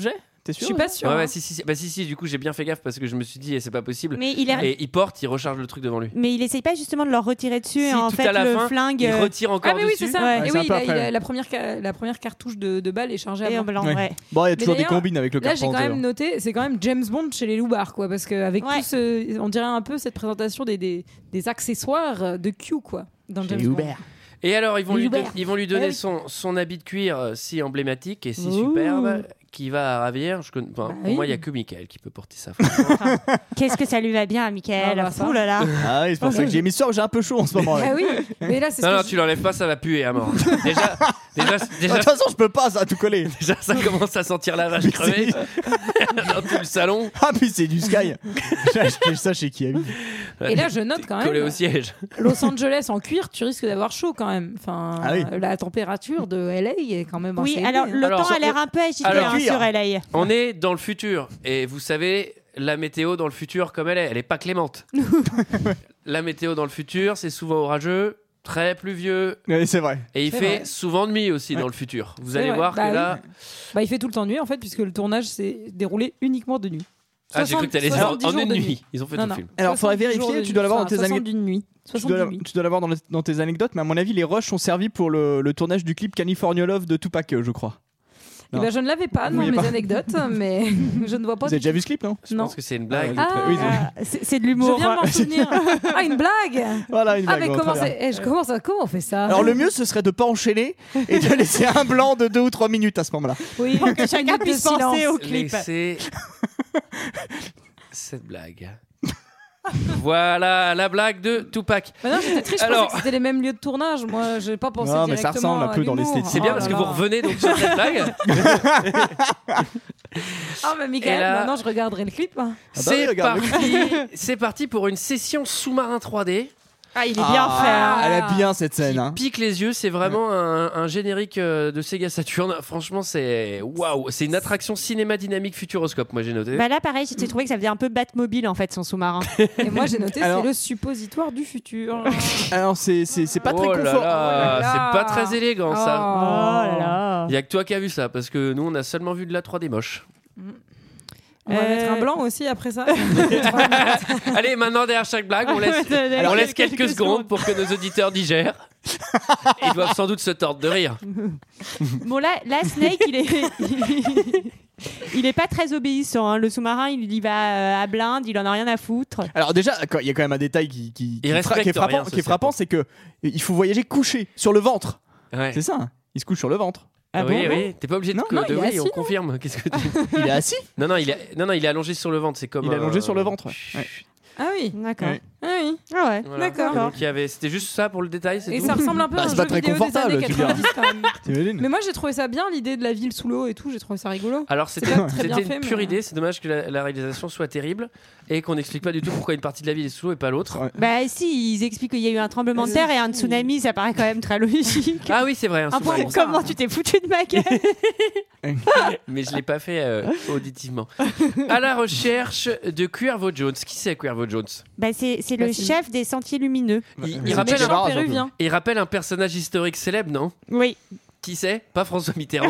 T'es sûr? Je suis pas sûr. Ouais, si, du coup, j'ai bien fait gaffe parce que je me suis dit, c'est pas possible. Mais Et il porte, il recharge le truc devant lui. Mais il essaye pas justement de leur retirer dessus et en tout fait à la le fin, flingue. il retire encore Ah mais dessus. oui, c'est ça. Ouais. Et c'est oui, un peu après. la première cartouche de balle est chargée Et à en blanc. blanc, ouais. Bon, il y a toujours des d'ailleurs, combines avec le Là, j'ai quand Carpenter. même noté, c'est quand même James Bond chez les loupards, quoi, parce qu'avec Ouais. tout ce, on dirait un peu cette présentation des accessoires de Q, quoi, dans James Bond. Et alors, ils vont lui donner Eh oui. son habit de cuir si emblématique et si Ouh. superbe qui va ravir. Pour oui. moi, il n'y a que Michael qui peut porter ça. Qu'est-ce que ça lui va bien, Michael. Ah bah, ça. Ouh là là. Ah oui, c'est pour ça que j'ai mis ça, j'ai un peu chaud en ce moment. Ah oui, mais là, c'est ce Non, que non, je- tu l'enlèves pas, ça va puer à mort. Déjà, De toute façon, je peux pas, ça a tout collé. déjà, ça commence à sentir la vache crevée dans tout le salon. Ah, puis c'est du Sky. J'ai acheté ça chez Kiabi. Et là, je note quand Collé même, au siège. Los Angeles en cuir, tu risques d'avoir chaud quand même. Enfin, Ah oui. la température de LA est quand même Oui, assez alors élevée, le hein. Alors, temps a l'air un peu agité alors, sur LA. On est dans le futur et vous savez, la météo dans le futur, comme elle est pas clémente. La météo dans le futur, c'est souvent orageux, très pluvieux Oui, c'est vrai. et il C'est fait vrai. souvent nuit aussi dans le futur. Vous C'est allez vrai. voir Bah que là. oui. Bah, il fait tout le temps nuit en fait, puisque le tournage s'est déroulé uniquement de nuit. Ah, j'ai cru que t'allais dire 70 en jours une de nuit. Ils ont fait Non, tout non. le film. Alors, faudrait 70 jours vérifier, de tu dois nuit. l'avoir dans tes Enfin, anecdotes. 60 d'une nuit. Tu 60 dois, d'une nuit. tu dois l'avoir dans tes anecdotes, mais à mon avis, les rushs ont servi pour le tournage du clip California Love de Tupac, je crois. Eh ben, je ne l'avais pas Vous dans voyez mes pas anecdotes, mais je ne vois pas. Vous avez déjà vu ce clip, non? Je pense que c'est une blague. Ah, Oui, C'est de je l'humour. viens de m'en souvenir. Ah, une blague. Voilà, une Ah, blague. mais bon, comment très bien. comment on fait ça? Alors, le mieux, ce serait de pas enchaîner et de laisser un blanc de 2 ou 3 minutes à ce moment-là. Oui, Que chacun puisse penser au clip. Laissez cette blague. Voilà la blague de Tupac. Bah non, j'étais triste, je Alors- pensais que c'était les mêmes lieux de tournage. Moi, j'ai pas pensé Non, mais ça directement ressemble un à peu dans l'humour. l'esthétique. C'est bien Oh parce là que vous là. revenez donc sur cette blague. Ah, mais Michael, Et là- maintenant je regarderai le clip. Hein. Ah bah oui, C'est regarde. c'est parti pour une session sous-marin 3D. Ah, il est bien fait. hein. Elle a bien cette scène. Hein. Pique les yeux, c'est vraiment un générique de Sega Saturn. Franchement, c'est waouh, c'est une attraction cinéma dynamique futuroscope. Moi, j'ai noté. Bah là, pareil, j'ai trouvé que ça faisait un peu Batmobile en fait, son sous-marin. Et moi, j'ai noté, Alors- c'est le suppositoire du futur. Alors, c'est pas très Oh là confort. là, Oh là là. c'est pas très élégant ça. Oh là là. Il y a que toi qui as vu ça parce que nous, on a seulement vu de la 3D moche. On va mettre un blanc aussi après ça. Allez, maintenant derrière chaque blague, on laisse quelques secondes pour que nos auditeurs digèrent. Ils doivent sans doute se tordre de rire. Bon là Snake, il est pas très obéissant. Hein. Le sous-marin, il y va à blinde, il en a rien à foutre. Alors déjà, il y a quand même un détail qui respecte est frappant, rien, ce frappant, c'est que il faut voyager couché sur le ventre. Ouais. C'est ça. Hein. Il se couche sur le ventre. Ah oui, bon oui, t'es pas obligé de. Non, non, il est oui, assis, on non confirme. Qu'est-ce que tu... Il est assis. Non, il est allongé sur le ventre. C'est comme. Il est allongé sur le ventre. Ouais. Ah oui, D'accord. Ouais. ah oui. Ah ouais. Voilà. D'accord. Donc, c'était juste ça pour le détail. C'est Et tout. ça ressemble un peu Bah, à un c'est jeu pas très vidéo des confortable, années tu diras. 90 quand même. T'imagines? Mais moi, j'ai trouvé ça bien, l'idée de la ville sous l'eau et tout. J'ai trouvé ça rigolo. Alors C'est pas très bien c'était fait, une pure mais- idée. C'est dommage que la réalisation soit terrible et qu'on n'explique pas du tout pourquoi une partie de la ville est sous l'eau et pas l'autre. Ouais. Bah si, ils expliquent qu'il y a eu un tremblement de terre et un tsunami, ça paraît quand même très logique. Ah oui, c'est vrai. Un Un point sous-marin. pour ça. Comment tu t'es foutu de ma gueule? Mais je l'ai pas fait auditivement. À la recherche de Cuervo Jones. Qui c'est Cuervo Jones? Bah c'est le Bah, c'est- chef des Sentiers Lumineux. Il C'est rappelle méchant. un, Méchant péruvien. il rappelle un personnage historique célèbre, non? Oui. Qui c'est? Pas François Mitterrand.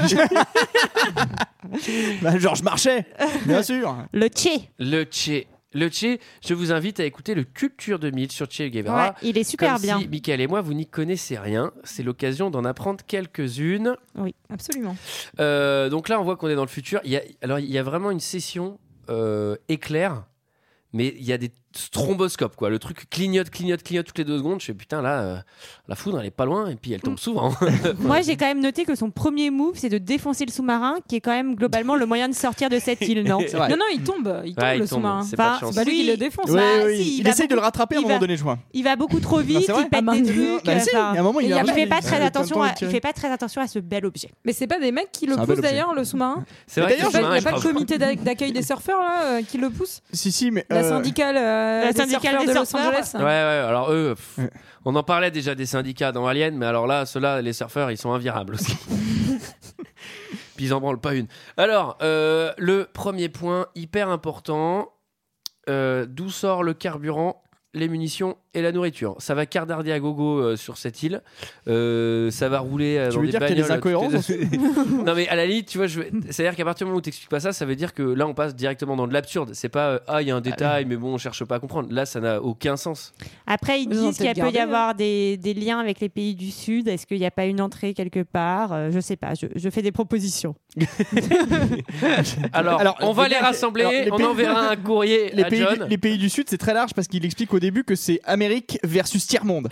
Bah, Georges Marchais, bien sûr. Le Che. Le Che. Le Che, je vous invite à écouter le Culture 2000 sur Che Guevara. Ouais, il est super Comme bien. si Michael et moi, vous n'y connaissez rien. C'est l'occasion d'en apprendre quelques-unes. Absolument. Donc là, on voit qu'on est dans le futur. Il y a vraiment une session éclair, mais il y a des stromboscopes, quoi. Le truc clignote toutes les 2 secondes. Je fais putain, là, la foudre, elle est pas loin et puis elle tombe souvent. Moi, j'ai quand même noté que son premier move, c'est de défoncer le sous-marin, qui est quand même globalement le moyen de sortir de cette île, non? C'est vrai. Non, il tombe Ouais, le il tombe, sous-marin. c'est pas de Enfin, chance. C'est pas lui qui le défonce. Oui, Bah, oui. si, il va essaye de le beaucoup- rattraper à un il moment va- donné, je vois. Il va beaucoup trop vite, c'est vrai. il pète Ah, des mince. trucs. Bah, si, il y a un moment, Et il y a a pas- Il fait pas il très a attention le à, temps de tirer. il fait pas très attention à ce bel objet. Mais c'est pas des mecs qui le C'est un bel poussent objet. d'ailleurs, le sous-marin. C'est vrai Il n'y que a le sous-marin, pas je de crois- comité d'accueil des surfeurs là, qui le pousse. Si, mais La syndicale, des surfeurs de Los Angeles. Ouais, alors eux, Ouais. on en parlait déjà des syndicats dans Alien, mais alors là, ceux-là, les surfeurs, ils sont invirables aussi. Puis ils en branlent pas une. Alors, le premier point, hyper important, d'où sort le carburant les munitions et la nourriture. Ça va cardarder à gogo sur cette île. Ça va rouler dans des bagnoles. Tu veux dire qu'il y a des incohérences Non mais à la limite, tu vois, c'est-à-dire qu'à partir du moment où t'expliques pas ça, ça veut dire que là on passe directement dans de l'absurde. C'est pas il y a un détail, mais bon, on cherche pas à comprendre. Là, ça n'a aucun sens. Après, ils disent qu'il peut y avoir des liens avec les pays du Sud. Est-ce qu'il n'y a pas une entrée quelque part ? Je sais pas. Je fais des propositions. alors, on va les rassembler. On enverra un courrier à John. Les pays du Sud, c'est très large parce qu'il explique au début que c'est Amérique versus tiers-monde.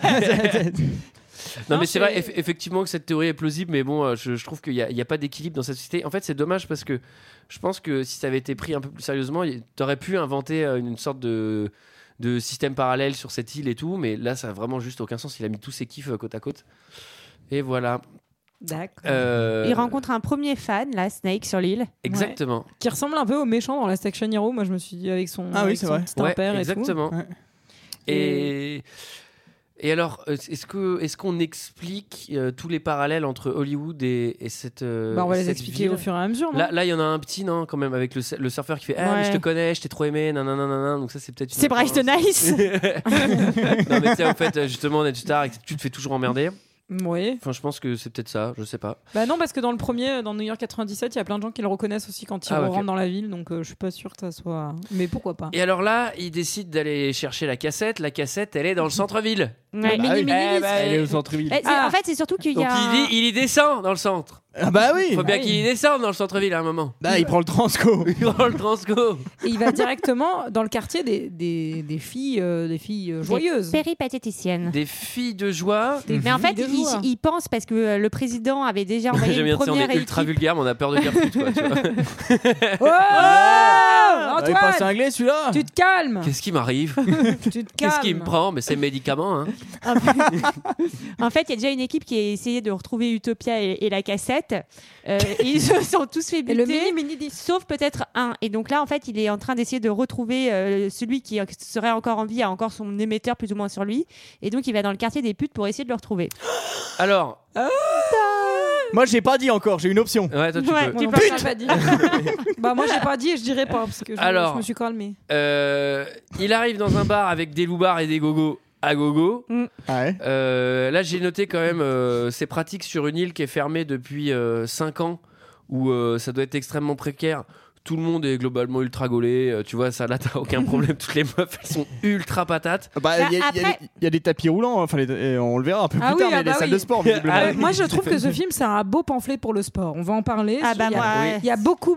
Non mais c'est vrai effectivement que cette théorie est plausible, mais bon je trouve qu'il n'y a pas d'équilibre dans cette société. En fait c'est dommage parce que je pense que si ça avait été pris un peu plus sérieusement, t'aurais pu inventer une sorte de système parallèle sur cette île et tout, mais là ça a vraiment juste aucun sens. Il a mis tous ses kiffs côte à côte et voilà. D'accord. Il rencontre un premier fan, là, Snake, sur l'île. Exactement. Ouais. Qui ressemble un peu au méchant dans Last Action Hero. Moi, je me suis dit avec son, c'est vrai. petit impère exactement. et tout. Ouais. Et alors, est-ce qu'on explique tous les parallèles entre Hollywood et cette on va les expliquer ville au fur et à mesure. Non là, il y en a un petit, non, quand même, avec le surfeur qui fait mais je te connais, je t'ai trop aimé, nanana. Donc ça, c'est peut-être. C'est Bryce Nice. Non, mais tu sais, en fait, justement, Ned Stark, tu te fais toujours emmerder. Oui. Enfin, je pense que c'est peut-être ça, je sais pas. Bah non, parce que dans le premier, dans New York 97, il y a plein de gens qui le reconnaissent aussi quand ils rentrent dans la ville, donc je suis pas sûr que ça soit. Mais pourquoi pas. Et alors là, il décide d'aller chercher la cassette. La cassette, elle est dans le centre-ville. Ouais. Elle est au centre-ville. En fait, c'est surtout qu'il y Donc a. il y descend dans le centre. Ah bah oui. Faut bien qu'il y descende dans le centre-ville à un moment. Bah il prend le Transco. Il prend le Transco. Et il va directement dans le quartier des filles joyeuses. Des péripatéticiennes. Des filles de joie. Mais en fait, il pense parce que le président avait déjà envoyé une première on est ultra vulgaire, mais on a peur de dire pute, quoi. Tu vois. Antoine, il passe anglais celui-là. Tu te calmes. Qu'est-ce qui m'arrive? Tu te calmes. Qu'est-ce qui me prend? Mais c'est médicament. Hein. En fait, il y a déjà une équipe qui a essayé de retrouver Utopia et la cassette. Et ils se sont tous fait buter. Et le mini sauf peut-être un. Et donc là, en fait, il est en train d'essayer de retrouver celui qui serait encore en vie, a encore son émetteur plus ou moins sur lui. Et donc, il va dans le quartier des putes pour essayer de le retrouver. Alors. Moi, j'ai pas dit encore, j'ai une option. Ouais, toi, tu peux. Moi, pas dit. Bah, moi, j'ai pas dit et je dirais pas parce que je me suis calmée. Il arrive dans un bar avec des loupards et des gogos à gogo. Ouais. Là, j'ai noté quand même, c'est pratique sur une île qui est fermée depuis 5 ans, où ça doit être extrêmement précaire. Tout le monde est globalement ultra gaulé, tu vois, ça là t'as aucun problème. Toutes les meufs elles sont ultra patates. Il y a des tapis roulants, enfin on le verra un peu plus tard, mais les salles de sport visiblement. Moi je trouve que ce film c'est un beau pamphlet pour le sport. On va en parler. Il y a beaucoup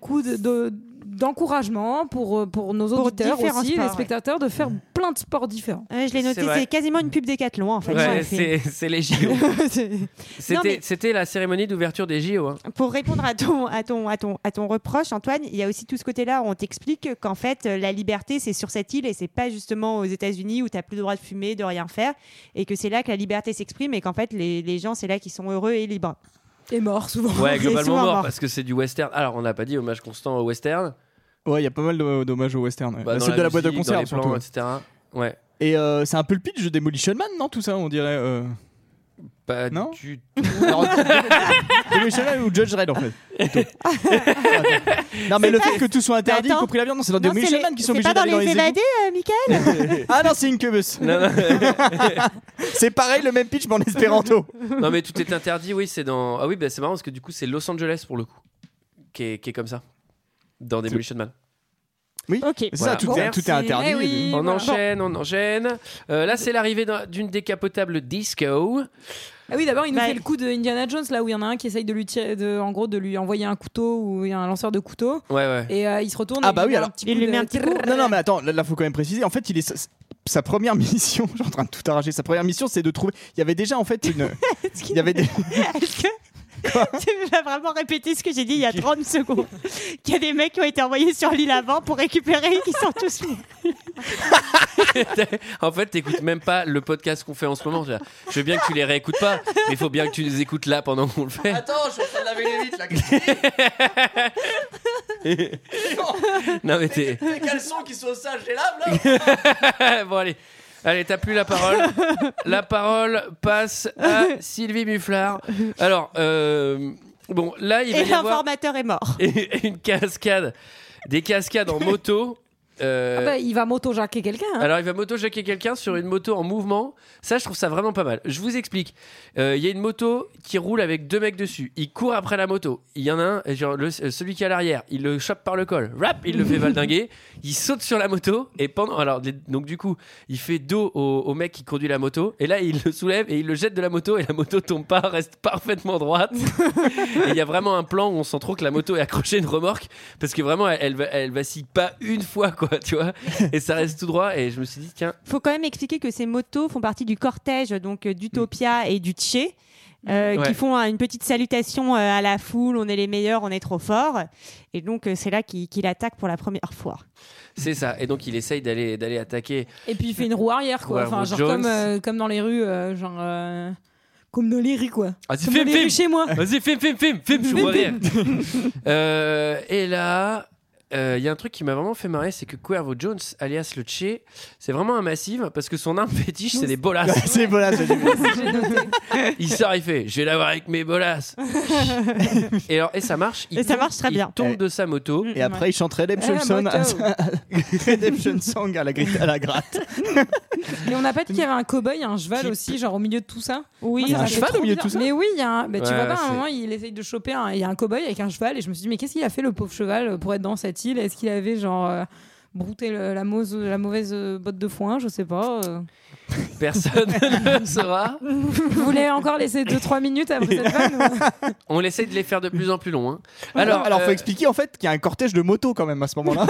d'encouragement pour nos auditeurs aussi, les spectateurs, de faire plein de sports différents. Je l'ai noté, c'est quasiment une pub Décathlon en fait. Ouais, c'est les JO. C'était la cérémonie d'ouverture des JO. Hein. Pour répondre à ton reproche, Antoine, il y a aussi tout ce côté-là où on t'explique qu'en fait la liberté c'est sur cette île et c'est pas justement aux États-Unis où t'as plus le droit de fumer, de rien faire, et que c'est là que la liberté s'exprime et qu'en fait les gens c'est là qui sont heureux et libres. Et morts souvent. Ouais, globalement mort parce que c'est du western. Alors on n'a pas dit hommage constant au western. Ouais, il y a pas mal d'hommages au western. Bah, celle de la boîte de musique, concert, surtout, etc. Ouais. Et c'est un peu le pitch de Demolition Man, non, tout ça, on dirait. Pas non du Demolition Man ou Judge Dredd en fait. Non, mais le fait que tout soit interdit, y compris la viande, non, c'est dans Demolition Man qui sont obligés d'aller dans les évadés, Michael. Ah non, c'est Incubus. Non. C'est pareil, le même pitch, mais en espéranto. Non, mais tout est interdit, oui, c'est dans. Ah oui, bah, c'est marrant parce que du coup, c'est Los Angeles pour le coup, qui est comme ça. Dans Demolition Man. Oui, ok. C'est ça, tout est interdit. Oui, on enchaîne. Là, c'est l'arrivée d'une décapotable disco. Ah oui, d'abord, il nous fait le coup de Indiana Jones, là où il y en a un qui essaye de lui envoyer un couteau ou un lanceur de couteau. Ouais. Et il se retourne. Ah bah oui, alors. Il lui met un petit coup. Non, mais attends, là, faut quand même préciser. En fait, il est. Sa première mission, je suis en train de tout arracher. Sa première mission, c'est de trouver. Il y avait déjà en fait une. Il y avait des. Quoi? Tu vas vraiment répéter ce que j'ai dit il y a 30 secondes. Qu'il y a des mecs qui ont été envoyés sur l'île avant pour récupérer, qui sont tous En fait, t'écoutes même pas le podcast qu'on fait en ce moment. Je veux bien que tu les réécoutes pas, mais il faut bien que tu les écoutes là pendant qu'on le fait. Attends, je suis en train de laver les vitres là. Non mais t'es. Les caleçons qui sont sales, je les lave là. Bon allez, t'as plus la parole. La parole passe à Sylvie Mufflard. Alors, bon, là, il va y avoir... l'informateur est mort. Une cascade. Des cascades en moto. il va moto-jacker quelqu'un. Hein. Alors, il va moto-jacker quelqu'un sur une moto en mouvement. Ça, je trouve ça vraiment pas mal. Je vous explique. Il y a une moto qui roule avec 2 mecs dessus. Il court après la moto. Il y en a un, genre celui qui est à l'arrière, il le chope par le col. Rap, il le fait valdinguer. Il saute sur la moto. Et donc, du coup, il fait dos au mec qui conduit la moto. Et là, il le soulève et il le jette de la moto. Et la moto tombe pas, reste parfaitement droite. Et il y a vraiment un plan où on sent trop que la moto est accrochée à une remorque. Parce que vraiment, elle vacille pas une fois, quoi, tu vois. Et ça reste tout droit. Et je me suis dit, tiens. Faut quand même expliquer que ces motos font partie du cortège donc d'Utopia et du Tché. Qui font une petite salutation à la foule, on est les meilleurs, on est trop forts, et donc c'est là qu'il attaque pour la première fois. C'est ça, et donc il essaye d'aller attaquer. Et puis il fait une roue arrière, quoi. Enfin, genre comme dans les rues, comme dans les rues, quoi. Vas-y, comme dans les rues chez moi. Vas-y, filme, je vois rien. Et là, il y a un truc qui m'a vraiment fait marrer, c'est que Cuervo Jones, alias le Tché, c'est vraiment un massif parce que son arme fétiche, c'est des bolasses. C'est des bolasses. Il sort, il fait, je vais l'avoir avec mes bolasses. Et ça marche. Ça marche très bien. Il tombe de sa moto. Et après, il chante Redemption Song à la gratte. Et on n'a pas dit qu'il y avait un cow-boy, un cheval aussi, genre au milieu de tout ça. Oui, il y a un cheval au milieu de tout ça. Mais oui, il y a un. Tu vois pas, à un moment, il essaye de choper il y a un cow-boy avec un cheval, et je me suis dit, mais qu'est-ce qu'il a fait le pauvre cheval pour être dans cette île? Est-ce qu'il avait genre brouté la mauvaise botte de foin? Je sais pas. Personne ne le saura. Vous voulez encore laisser 2-3 minutes après cette vanne? On essaie de les faire de plus en plus longs. Hein. Alors faut expliquer en fait qu'il y a un cortège de motos quand même à ce moment-là.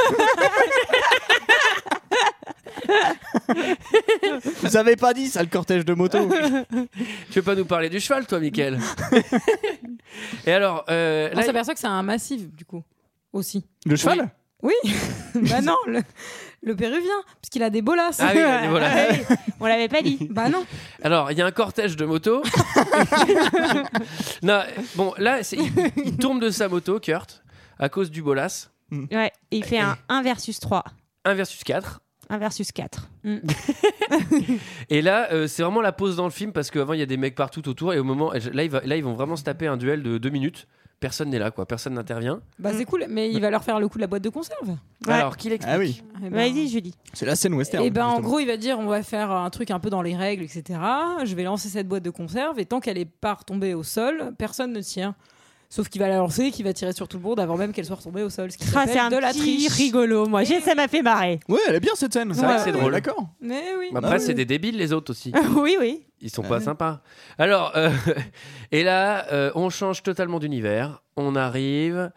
Vous avez pas dit ça, le cortège de motos? Tu veux pas nous parler du cheval, toi, Mickaël? Et alors, on s'aperçoit que c'est un massif, du coup, aussi. Le cheval? Oui. Bah non, le péruvien, parce qu'il a des bolasses. Ah oui, il a des bolasses. On l'avait pas dit. Bah non. Alors, il y a un cortège de motos. Non, bon, là, il tombe de sa moto, Kurt, à cause du bolas. Ouais, et il fait un 1 versus 3. 1 versus 4. 1 versus 4. Et là, c'est vraiment la pause dans le film parce qu'avant, il y a des mecs partout autour. Et au moment, là, ils vont vraiment se taper un duel de 2 minutes. Personne n'est là, quoi. Personne n'intervient. Bah, c'est cool, mais il va leur faire le coup de la boîte de conserve. Ouais. Alors, qui l'explique? Ah oui. Vas-y, Julie. C'est la scène western. Et ben, en gros, il va dire on va faire un truc un peu dans les règles, etc. Je vais lancer cette boîte de conserve et tant qu'elle n'est pas retombée au sol, personne ne tient. Sauf qu'il va la lancer et qu'il va tirer sur tout le monde avant même qu'elle soit retombée au sol. Ce qui s'appelle c'est un de la petit triche. rigolo, moi. Ça m'a fait marrer. Ouais, elle est bien cette scène. C'est vrai que c'est drôle. D'accord. Mais oui. Après, c'est des débiles, les autres aussi. Oui, oui. Ils sont pas sympas. Alors, et là, on change totalement d'univers. On arrive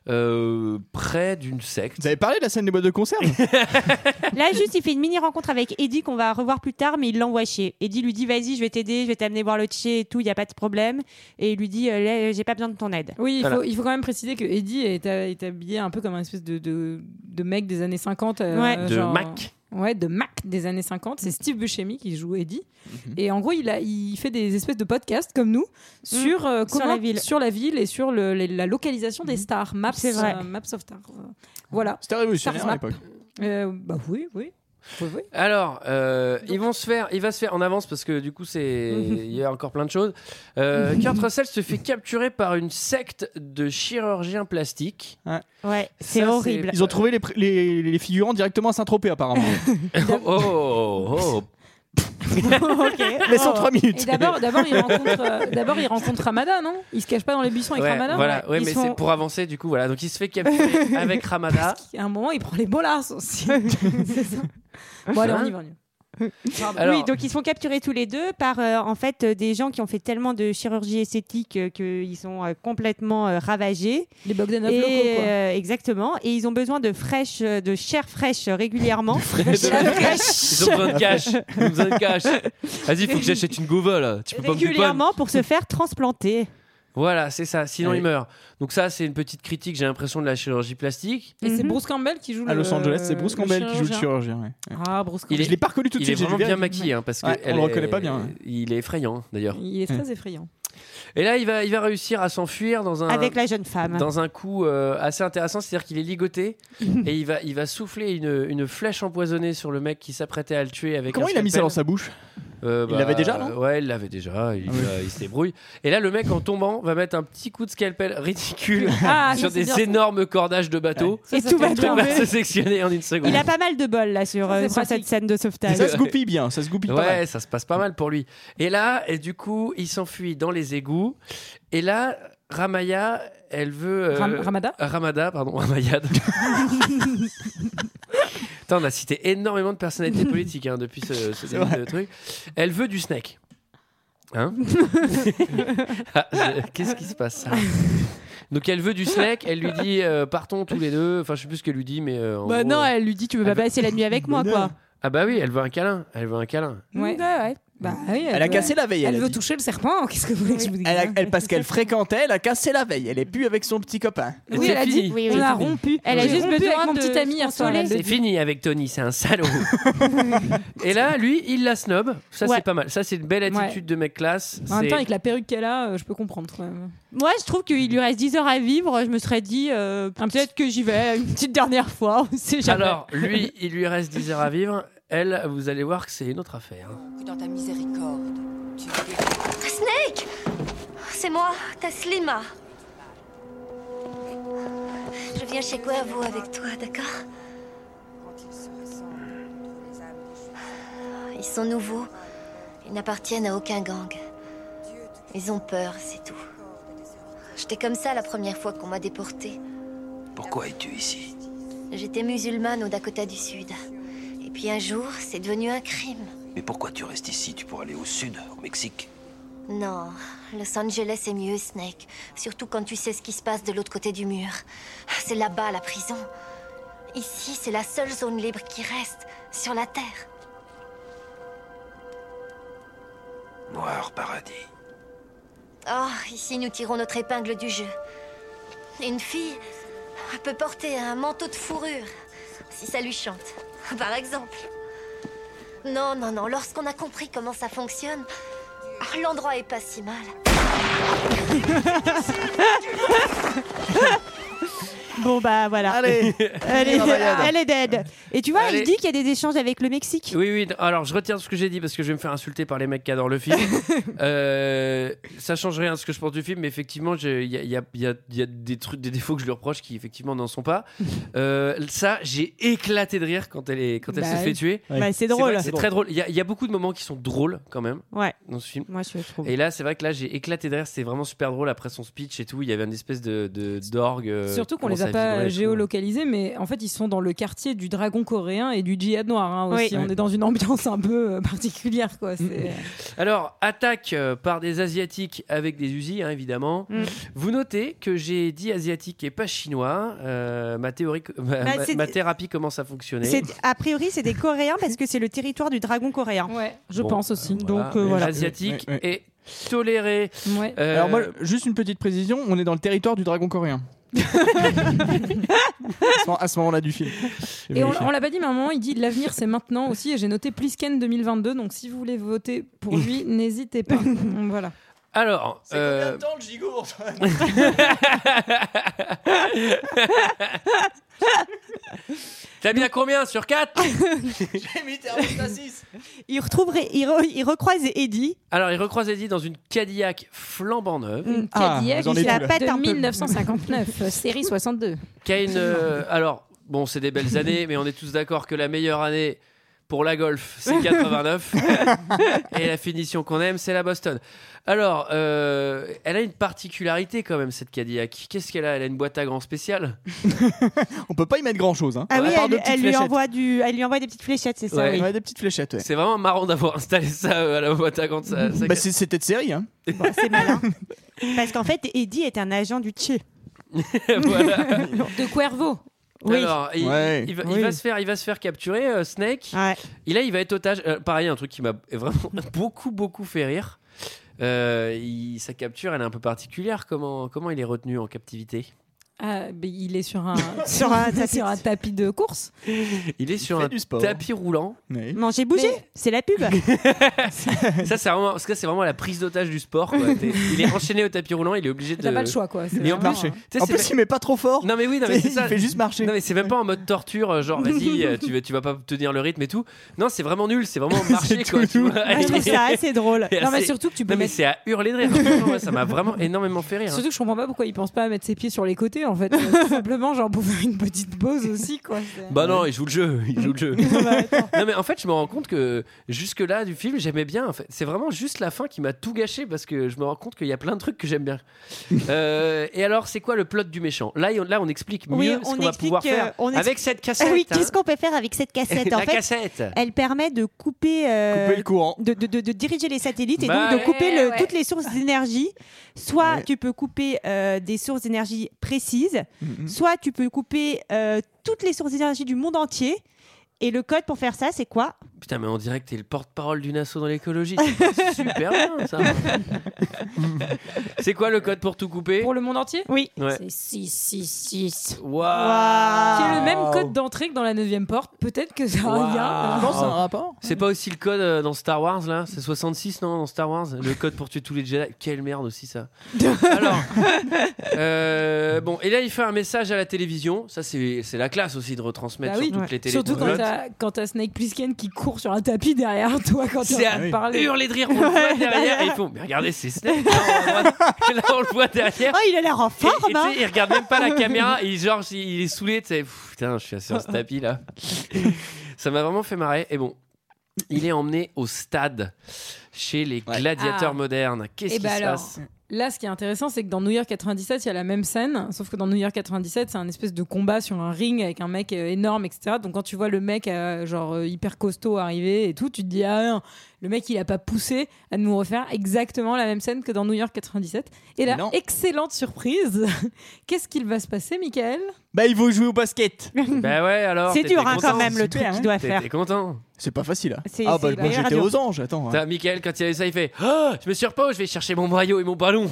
près d'une secte. Vous avez parlé de la scène des boîtes de conserve? Là, juste, il fait une mini rencontre avec Eddie qu'on va revoir plus tard, mais il l'envoie chier. Eddie lui dit vas-y, je vais t'aider, je vais t'amener voir le Tché et tout, il n'y a pas de problème. Et il lui dit j'ai pas besoin de ton aide. Oui, il faut quand même préciser que Eddie est habillé un peu comme un espèce de mec des années 50. De Mac. Ouais, de Mac des années 50. C'est Steve Buscemi qui joue Eddie. Et en gros, il fait des espèces de podcasts comme nous sur la ville et sur la localisation des stars. Maps, c'est vrai. Maps of Stars. Voilà. C'était révolutionnaire à l'époque. Bah oui. Alors, il va se faire en avance parce que du coup, il y a encore plein de choses. Kurt Russell se fait capturer par une secte de chirurgiens plastiques. Ouais, c'est horrible. Ils ont trouvé les figurants directement à Saint-Tropez apparemment. Oh. Okay. Laissons 3 minutes. Et d'abord, il rencontre Ramada, non? Il se cache pas dans les buissons avec Ramada. Voilà, mais c'est pour avancer du coup. Voilà, donc il se fait capturer avec Ramada. À un moment, il prend les bolasses aussi. C'est ça. Bon, allez, on y va. Alors, oui, donc ils se font capturer tous les deux par en fait des gens qui ont fait tellement de chirurgie esthétique qu'ils sont complètement ravagés. Les Bogdanov locaux, quoi. Exactement. Et ils ont besoin de chair fraîche régulièrement. Ils ont besoin de cash. Vas-y, faut que j'achète une gova là. Tu peux régulièrement pour se faire transplanter. Voilà, c'est ça. Sinon, il meurt. Donc ça, c'est une petite critique, j'ai l'impression, de la chirurgie plastique. Et c'est Bruce Campbell qui joue à Los Angeles, c'est Bruce Campbell qui joue le chirurgien. Ouais. Ah, Bruce Campbell. Je l'ai pas reconnu tout de suite. Il est vraiment bien maquillé, parce que on le reconnaît pas bien. Il est effrayant, d'ailleurs. Il est très effrayant. Et là, il va réussir à s'enfuir avec la jeune femme dans un coup assez intéressant, c'est-à-dire qu'il est ligoté et il va souffler une flèche empoisonnée sur le mec qui s'apprêtait à le tuer avec. Comment il a mis ça dans sa bouche? Il l'avait déjà, non ? Ouais, il l'avait déjà. Il se débrouille. Et là, le mec, en tombant, va mettre un petit coup de scalpel ridicule sur des énormes cordages de bateau. Et tout va va se sectionner en une seconde. Il a pas mal de bol là sur cette scène de sauvetage. Ça se goupille bien, ça se goupille pas mal. Ouais, ça se passe pas mal pour lui. Et là, du coup, il s'enfuit dans les égouts. Et là, Ramaya, elle veut... Ramada, pardon, Ramayad. Attends, on a cité énormément de personnalités politiques depuis ce début de truc. Elle veut du Snake. Hein? Qu'est-ce qui se passe? Donc elle veut du Snake, elle lui dit partons tous les deux. Enfin, je sais plus ce qu'elle lui dit, mais en gros, non, elle lui dit tu veux pas passer la nuit avec moi, quoi. Ah bah oui, elle veut un câlin. Ouais. Bah oui, Elle a cassé la veille. Elle veut toucher le serpent. Qu'est-ce que vous voulez que je vous dise? Parce qu'elle fréquentait, elle a cassé la veille. Elle est plus avec son petit copain. Oui, elle a dit. Oui, on a rompu. Elle a juste besoin avec mon de petit ami hier soir. C'est fini avec Tony, c'est un salaud. Et là, lui, il la snob. Ça, c'est pas mal. Ça, c'est une belle attitude de mec classe. En même temps, avec la perruque qu'elle a, je peux comprendre. Moi, je trouve qu'il lui reste 10 heures à vivre. Je me serais dit, peut-être que j'y vais une petite dernière fois. Alors, lui, il lui reste 10 heures à vivre. Elle, vous allez voir que c'est une autre affaire. Que dans ta miséricorde, tu Snake! C'est moi, Taslima. Je viens chez Cuervo avec toi, d'accord? Ils sont nouveaux. Ils n'appartiennent à aucun gang. Ils ont peur, c'est tout. J'étais comme ça la première fois qu'on m'a déportée. Pourquoi es-tu ici? J'étais musulmane au Dakota du Sud. Et puis un jour, c'est devenu un crime. Mais pourquoi tu restes ici? Tu pourrais aller au sud, au Mexique. Non, Los Angeles est mieux, Snake. Surtout quand tu sais ce qui se passe de l'autre côté du mur. C'est là-bas, la prison. Ici, c'est la seule zone libre qui reste sur la Terre. Noir paradis. Oh, ici, nous tirons notre épingle du jeu. Une fille peut porter un manteau de fourrure, si ça lui chante, par exemple. Non, lorsqu'on a compris comment ça fonctionne, l'endroit est pas si mal. Bon bah voilà. Allez, elle est dead. Et tu vois, Allez. il dit qu'il y a des échanges avec le Mexique. Oui, alors je retire ce que j'ai dit parce que je vais me faire insulter par les mecs qui adorent le film. Ça change rien de ce que je pense du film, mais effectivement, il y a des trucs, des défauts que je lui reproche qui effectivement n'en sont pas. Ça, j'ai éclaté de rire quand elle se fait tuer. Bah, c'est drôle. C'est très drôle. Il y a beaucoup de moments qui sont drôles quand même dans ce film. Moi, je trouve. Et là, c'est vrai que là, j'ai éclaté de rire. C'était vraiment super drôle après son speech et tout. Il y avait une espèce d'orgue. Surtout qu'on les a pas géolocalisés, mais en fait, ils sont dans le quartier du dragon coréen et du djihad noir aussi. On est dans une ambiance un peu particulière, quoi. Alors, attaque par des Asiatiques avec des Uzis, évidemment. Vous notez que j'ai dit asiatique et pas chinois. Ma thérapie commence à fonctionner. A priori, c'est des Coréens parce que c'est le territoire du dragon coréen. Ouais, je pense aussi. Voilà. Donc voilà. L'asiatique est toléré. Ouais. Alors moi, juste une petite précision, on est dans le territoire du dragon coréen. À ce moment-là du film. Et on l'a pas dit, mais à un moment, il dit l'avenir c'est maintenant aussi. Et j'ai noté Plisken 2022. Donc si vous voulez voter pour lui, n'hésitez pas. Voilà. Alors, c'est combien de temps le gigour? T'as mis à combien sur 4? J'ai mis thermostat 6. Il recroise Eddie. Alors, il recroise Eddie dans une Cadillac flambant neuve. Une Cadillac qui la pète de un peu. 1959, série 62. Qui a une. Alors, bon, c'est des belles années, mais on est tous d'accord que la meilleure année pour la Golf, c'est 89. Et la finition qu'on aime, c'est la Boston. Alors, elle a une particularité quand même, cette Cadillac. Qu'est-ce qu'elle a? Elle a une boîte à gants spéciale. On peut pas y mettre grand-chose. Ah oui, elle lui envoie des petites fléchettes, c'est ça. Ouais. Ouais, des petites fléchettes. Ouais. C'est vraiment marrant d'avoir installé ça à la boîte à gants. C'était de série. Hein. Bon, c'est malin. Parce qu'en fait, Eddie est un agent du Tché. Voilà. De Cuervo. Oui. Alors, il va se faire capturer, Snake. Ouais. Et là, il va être otage. Pareil, un truc qui m'a vraiment beaucoup fait rire. Sa capture, elle est un peu particulière. Comment il est retenu en captivité? Il est sur un Sur un tapis de course. Il est sur un tapis roulant. Oui. Non, j'ai bougé. C'est la pub. Ça, c'est vraiment la prise d'otage du sport. Quoi. Il est enchaîné au tapis roulant, il est obligé de. T'as pas le choix, quoi. Et en plus, il met pas trop fort. Non mais oui, c'est ça. Il fait juste marcher. Non mais c'est même pas en mode torture, genre vas-y, tu vas pas tenir le rythme et tout. Non, c'est vraiment nul, c'est vraiment marcher quoi. Tu vois. Je trouve ça assez drôle. Non mais surtout que tu peux. Non mais c'est à hurler de rire. Ça m'a vraiment énormément fait rire. Surtout que je comprends pas pourquoi il pense pas à mettre ses pieds sur les côtés en fait. Tout simplement genre pour faire une petite pause aussi quoi. Bah non, il joue le jeu. Non mais en fait je me rends compte que jusque là du film j'aimais bien en fait. C'est vraiment juste la fin qui m'a tout gâché parce que je me rends compte qu'il y a plein de trucs que j'aime bien. Et alors c'est quoi le plot du méchant? Là on explique mieux ce qu'on va pouvoir faire avec cette cassette. Oui, qu'est-ce qu'on peut faire avec cette cassette? En fait, cassette. Elle permet de couper le courant, de diriger les satellites et donc de couper toutes les sources d'énergie. Soit tu peux couper des sources d'énergie précises, soit tu peux couper toutes les sources d'énergie du monde entier. Et le code pour faire ça, c'est quoi? Putain, mais on dirait que t'es le porte-parole d'une asso dans l'écologie. C'est super bien, ça. C'est quoi le code pour tout couper? Pour le monde entier? Oui. Ouais. C'est 666. Waouh. Qui est le même code d'entrée que dans la 9e porte. Peut-être que ça a un lien. Je pense que c'est un rapport. C'est pas aussi le code dans Star Wars, là? C'est 66, non, dans Star Wars? Le code pour tuer tous les Jedi. Quelle merde aussi, ça. Alors, bon, et là, il fait un message à la télévision. Ça, c'est la classe aussi de retransmettre sur toutes les télés. Surtout quand t'as Snake Plissken qui court sur un tapis derrière toi quand tu vas parler. Hurler de rire, on le voit derrière et ils font mais regardez c'est Snake. Là on le voit derrière. Oh il a l'air en forme. Il regarde même pas la caméra et genre il est saoulé, tu sais. Putain, je suis assis sur ce tapis là. Ça m'a vraiment fait marrer. Et bon, il est emmené au stade chez les gladiateurs modernes. Qu'est-ce qui se passe? Là, ce qui est intéressant, c'est que dans New York 97, il y a la même scène, sauf que dans New York 97, c'est un espèce de combat sur un ring avec un mec énorme, etc. Donc quand tu vois le mec genre hyper costaud arriver et tout, tu te dis ah non, le mec il a pas poussé à nous refaire exactement la même scène que dans New York 97. Et là, excellente surprise. Qu'est-ce qu'il va se passer, Michael? Bah il faut jouer au basket. Bah ouais alors. C'est dur quand même le truc qu'il doit faire. T'es content? C'est pas facile. Moi j'étais aux anges. Attends. Michael quand il a ça il fait je me surpose, je vais chercher mon maillot et mon ballon.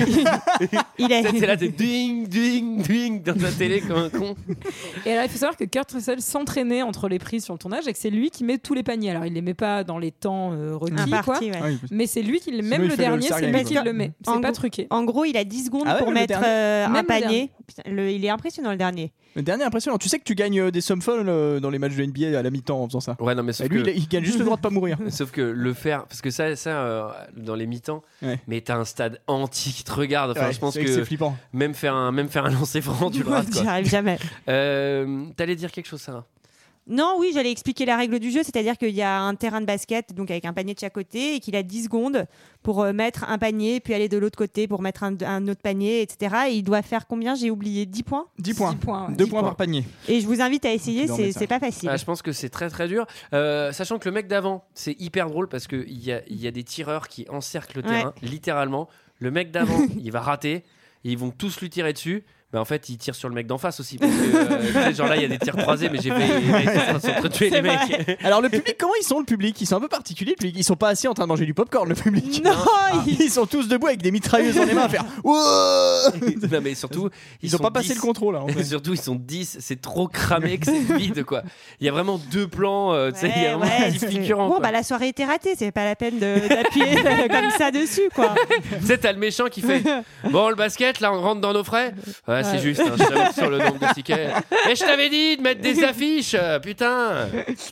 C'est là, t'es ding, ding, ding dans ta télé comme un con. Et alors, il faut savoir que Kurt Russell s'entraînait entre les prises sur le tournage et que c'est lui qui met tous les paniers. Alors, il les met pas dans les temps requis, quoi. Mais c'est lui qui, même le dernier, c'est lui qui le met. C'est pas truqué. En gros, il a 10 secondes pour mettre un panier. Il est impressionnant, le dernier. Le dernier impressionnant. Tu sais que tu gagnes des sommes folles dans les matchs de NBA à la mi-temps en faisant ça. Ouais, non, mais sauf lui, il gagne juste le droit de pas mourir. Sauf que le faire, parce que ça dans les mi-temps, mais t'as un stade entier qui te regarde. Enfin, je pense que c'est flippant. Même faire un lancer franc, tu le rates. J'y arrive jamais. T'allais dire quelque chose, Sarah? Non, oui, j'allais expliquer la règle du jeu, c'est-à-dire qu'il y a un terrain de basket, donc avec un panier de chaque côté, et qu'il a 10 secondes pour mettre un panier, puis aller de l'autre côté pour mettre un autre panier, etc. Et il doit faire combien? J'ai oublié, 10 points 10 points. 2 points par panier. Et je vous invite à essayer, c'est pas facile. Je pense que c'est très très dur. Sachant que le mec d'avant, c'est hyper drôle parce qu'il y a des tireurs qui encerclent le terrain, littéralement. Le mec d'avant, il va rater, et ils vont tous lui tirer dessus. Bah en fait, il tire sur le mec d'en face aussi. Parce que, genre là, il y a des tirs croisés, mais j'ai fait s'entretuer les mecs. Alors, le public, comment ils sont, le public? Ils sont un peu particuliers, le public. Ils sont pas assis en train de manger du popcorn, le public. Non, ils sont tous debout avec des mitrailleuses dans les mains à faire. Non, mais surtout, ils ont pas passé le contrôle. En fait. Surtout, ils sont 10. C'est trop cramé que c'est vide, quoi. Il y a vraiment 2 plans. Tu sais, il y a vraiment 10 figurants. Bon, bah la soirée était ratée. C'est pas la peine d'appuyer comme ça dessus, quoi. Tu sais, t'as le méchant qui fait bon, le basket, là, on rentre dans nos frais. Ouais, c'est juste, hein, je t'avoue sur le nombre de tickets. Mais je t'avais dit de mettre des affiches, putain.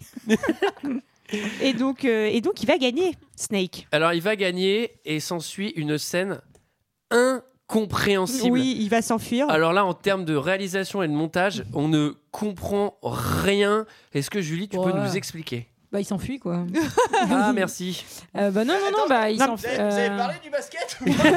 Et donc, il va gagner, Snake. Alors, il va gagner et s'ensuit une scène incompréhensible. Oui, il va s'enfuir. Alors là, en termes de réalisation et de montage, on ne comprend rien. Est-ce que Julie, tu peux nous expliquer? Bah, il s'enfuit, quoi. Ah, merci. Bah non, bah il s'enfuit. Vous avez parlé du basket?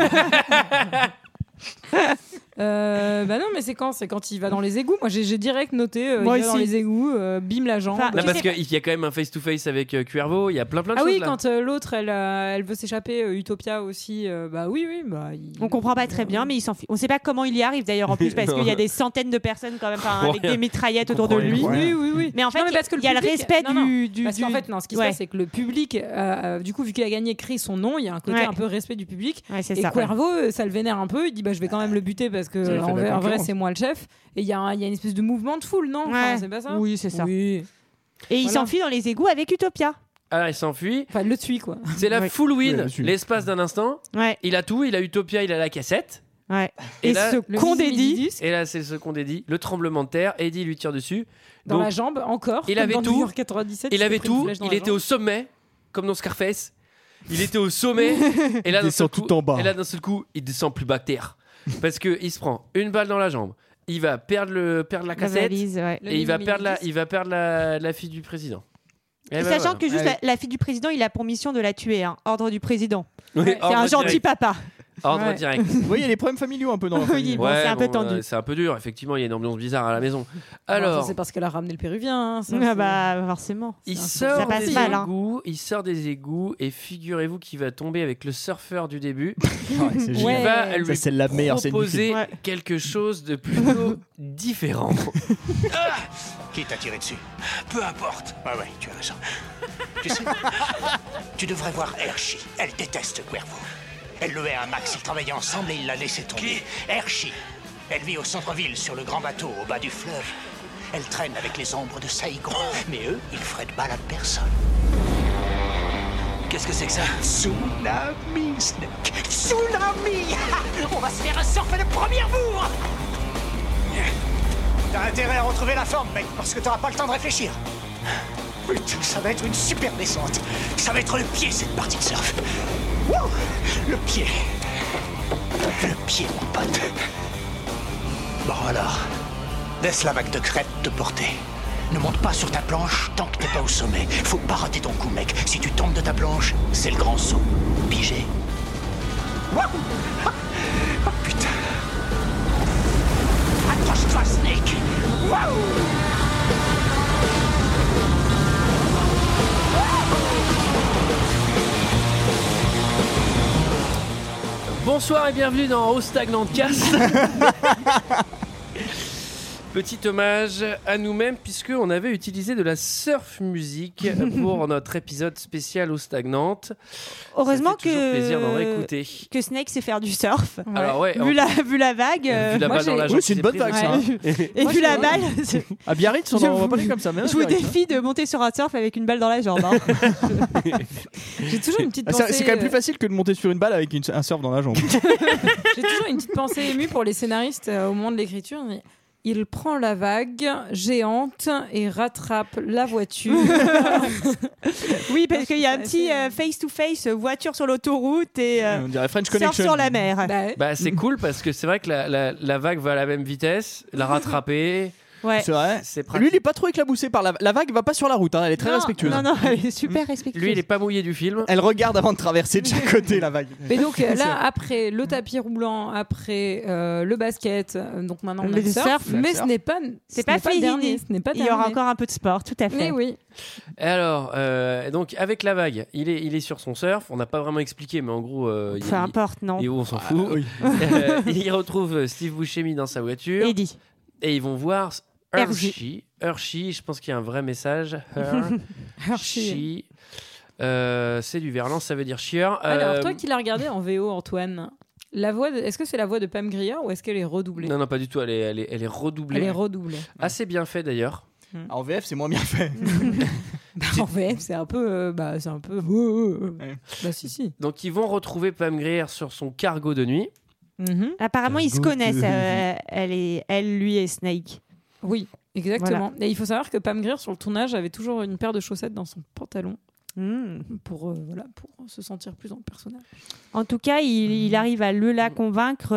Bah non, mais c'est quand il va dans les égouts. Moi j'ai direct noté il va dans les égouts, bim la jambe. Non, parce qu'il y a quand même un face to face avec Cuervo, il y a plein de choses. Ah oui, là. quand l'autre elle veut s'échapper, Utopia aussi, bah oui, bah on comprend pas très bien, mais il s'enfuit. On sait pas comment il y arrive d'ailleurs en plus parce qu'il y a des centaines de personnes quand même avec des mitraillettes autour de lui. Oui. Mais en fait, il y a le respect du. Parce qu'en fait, non, ce qui se passe, c'est que le public, du coup, vu qu'il a gagné, crie son nom. Il y a un côté un peu respect du public. Ouais, c'est et ça. Cuervo, ça le vénère un peu. Il dit bah je vais quand même le buter parce parce que en vrai c'est moi le chef. Et il y a une espèce de mouvement de foule, non? Enfin, c'est pas ça? Oui, c'est ça. Oui. Et il s'enfuit dans les égouts avec Utopia. Alors il s'enfuit. Enfin, le tue quoi. C'est la full win, le tue. l'espace d'un instant. Ouais. Il a tout, il a Utopia, il a la cassette. Ouais. Et Et là, ce Le con mini d'Eddie. disque Et là, c'est ce qu'on dédie, le tremblement de terre. Eddie lui tire dessus. dans Donc, la jambe encore. il comme avait dans tout. New York 97. il avait s'est pris une tout, flèche dans il la était jambe. au sommet, comme dans Scarface. Il était au sommet. Et là, Il descend tout en bas. Et là, d'un seul coup, il descend plus bas que terre. Parce qu'il se prend une balle dans la jambe. Il va perdre la La cassette. valise, ouais. Le Et il va mini perdre disque. la fille du président. Et Et ben sachant voilà. que juste Ouais. la fille du président, il a pour mission de la tuer. Ordre du président. Oui, Ouais. C'est un ordre gentil direct. papa. Ordre Ouais. direct. Oui, il y a des problèmes familiaux un peu dans la famille. Oui, bon, c'est un peu tendu. C'est un peu dur, effectivement, il y a une ambiance bizarre à la maison. Alors, Alors, ça, c'est parce qu'elle a ramené le péruvien. Hein, ça, Ah c'est- bah forcément. il Ça sort passe des mal, hein. égouts, et figurez-vous qu'il va tomber avec le surfeur du début. Ouais, c'est Il génial. va lui Ça, c'est la meilleure scène du proposer film. Ouais. quelque chose de plutôt différent. Qui t'a tiré dessus? Peu importe. Ouais, tu as raison. Tu sais, tu devrais voir Hershey. Elle déteste Cuervo. Elle le hait un max, ils travaillaient ensemble et il l'a laissé tomber. Hershey. Elle vit au centre-ville, sur le grand bateau, au bas du fleuve. Elle traîne avec les ombres de Saigon. Mais eux, ils feraient de mal à personne. Qu'est-ce que c'est que ça? Tsunami, Snake. Tsunami. On va se faire un surf de première bourre. T'as intérêt à retrouver la forme, mec, parce que t'auras pas le temps de réfléchir. Putain, ça va être une super descente. Ça va être le pied, cette partie de surf. Wouh, le pied. Le pied, mon pote. Bon alors, laisse la vague de crête te porter. Ne monte pas sur ta planche tant que t'es pas au sommet. Faut pas rater ton coup, mec. Si tu tombes de ta planche, c'est le grand saut. Pigé. Wouh. Oh putain. Accroche-toi, Snake. Waouh. Bonsoir et bienvenue dans Au Stagnant Cast. Petit hommage à nous-mêmes puisqu'on avait utilisé de la surf musique pour notre épisode spécial Au Stagnante. Heureusement Ça fait toujours plaisir d'en réécouter. que Snake sait faire du surf. Alors ouais, Vu la vague. vu la moi, balle dans j'ai- la jambe Oui, c'est qui une bonne s'est vague, prise. ça. hein. Et Moi, vu la je- balle, À Biarritz, on Je en va vous- parler comme ça. Mais je vous défie de monter sur un surf avec une balle dans la jambe. hein. J'ai toujours une petite Ah, pensée. c'est quand même plus facile que de monter sur une balle avec un surf dans la jambe. J'ai toujours une petite pensée émue pour les scénaristes au moment de l'écriture. Mais il prend la vague géante et rattrape la voiture. Oui, parce qu'il y a un c'est petit assez- face-to-face, voiture sur l'autoroute et On dirait French surf Connection. sur la mer. Bah ouais. Bah c'est cool parce que c'est vrai que la vague va à la même vitesse, la rattraper, Ouais. C'est vrai. c'est Lui, pratique. il est pas trop éclaboussé par la vague. Va pas sur la route. Hein, elle est très Non, respectueuse. Non, non, elle est super respectueuse. Lui il est pas mouillé du film. Elle regarde avant de traverser de chaque côté la vague. Mais donc là, après le tapis roulant, après le basket, donc maintenant on a Le le surf, surf. mais Le ce n'est pas, C'est ce pas n'est le fini. dernier, ce n'est pas Il y aura terminé. encore un peu de sport, tout à fait. Mais oui. Alors donc avec la vague, il est sur son surf. On n'a pas vraiment expliqué, mais en gros, Peu importe, non. on s'en fout. oui. Il retrouve Steve Buscemi dans sa voiture Eddie. et ils vont voir Hershey. Hershey, je pense qu'il y a un vrai message. Hershey. C'est du verlan, ça veut dire chieur. Alors toi qui l'as regardé en VO, Antoine, la voix est-ce que c'est la voix de Pam Grier ou est-ce qu'elle est redoublée? Non, pas du tout. Elle est redoublée. Elle est redoublée. Assez bien fait d'ailleurs. En VF, c'est moins bien fait. En VF, c'est un peu, c'est un peu. Bah si. Donc ils vont retrouver Pam Grier sur son cargo de nuit. Mhm. Apparemment, ils se connaissent, elle, lui et Snake. Oui, exactement. Et il faut savoir que Pam Grier sur le tournage avait toujours une paire de chaussettes dans son pantalon pour pour se sentir plus en personnage. En tout cas, il arrive à la convaincre.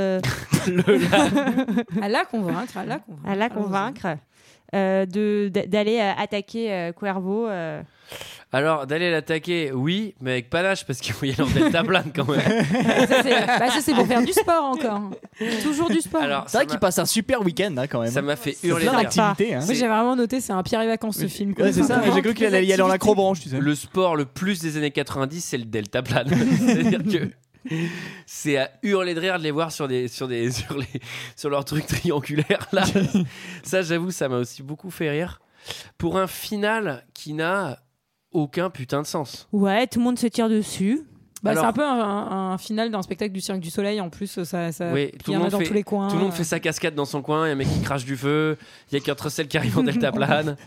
À la convaincre. À la convaincre d'aller attaquer Cuervo. Alors d'aller l'attaquer, oui, mais avec panache parce qu'il faut y aller en delta plane quand même. Ça c'est pour faire du sport encore. Toujours du sport. Alors, C'est vrai qu'il passe un super week-end hein, quand même. ça m'a fait Il y a hurler plein de rire. d'activités. Hein. Moi j'ai vraiment noté, c'est un Pierre et Vacances ce film. quoi. Ouais, c'est ça. J'ai cru qu'il allait y aller en acrobranche, tu sais. Le sport le plus des années 90, c'est le delta plane. C'est-à-dire que c'est à hurler de rire de les voir sur leurs trucs triangulaires là. Ça, j'avoue, ça m'a aussi beaucoup fait rire. Pour un final qui n'a aucun putain de sens. Ouais, tout le monde se tire dessus. C'est un peu un final d'un spectacle du Cirque du Soleil. En plus, ça oui, il y en a dans tous les coins. Tout le monde fait sa cascade dans son coin. Il y a un mec qui crache du feu. Il y a Kurt Russell qui arrive en deltaplane.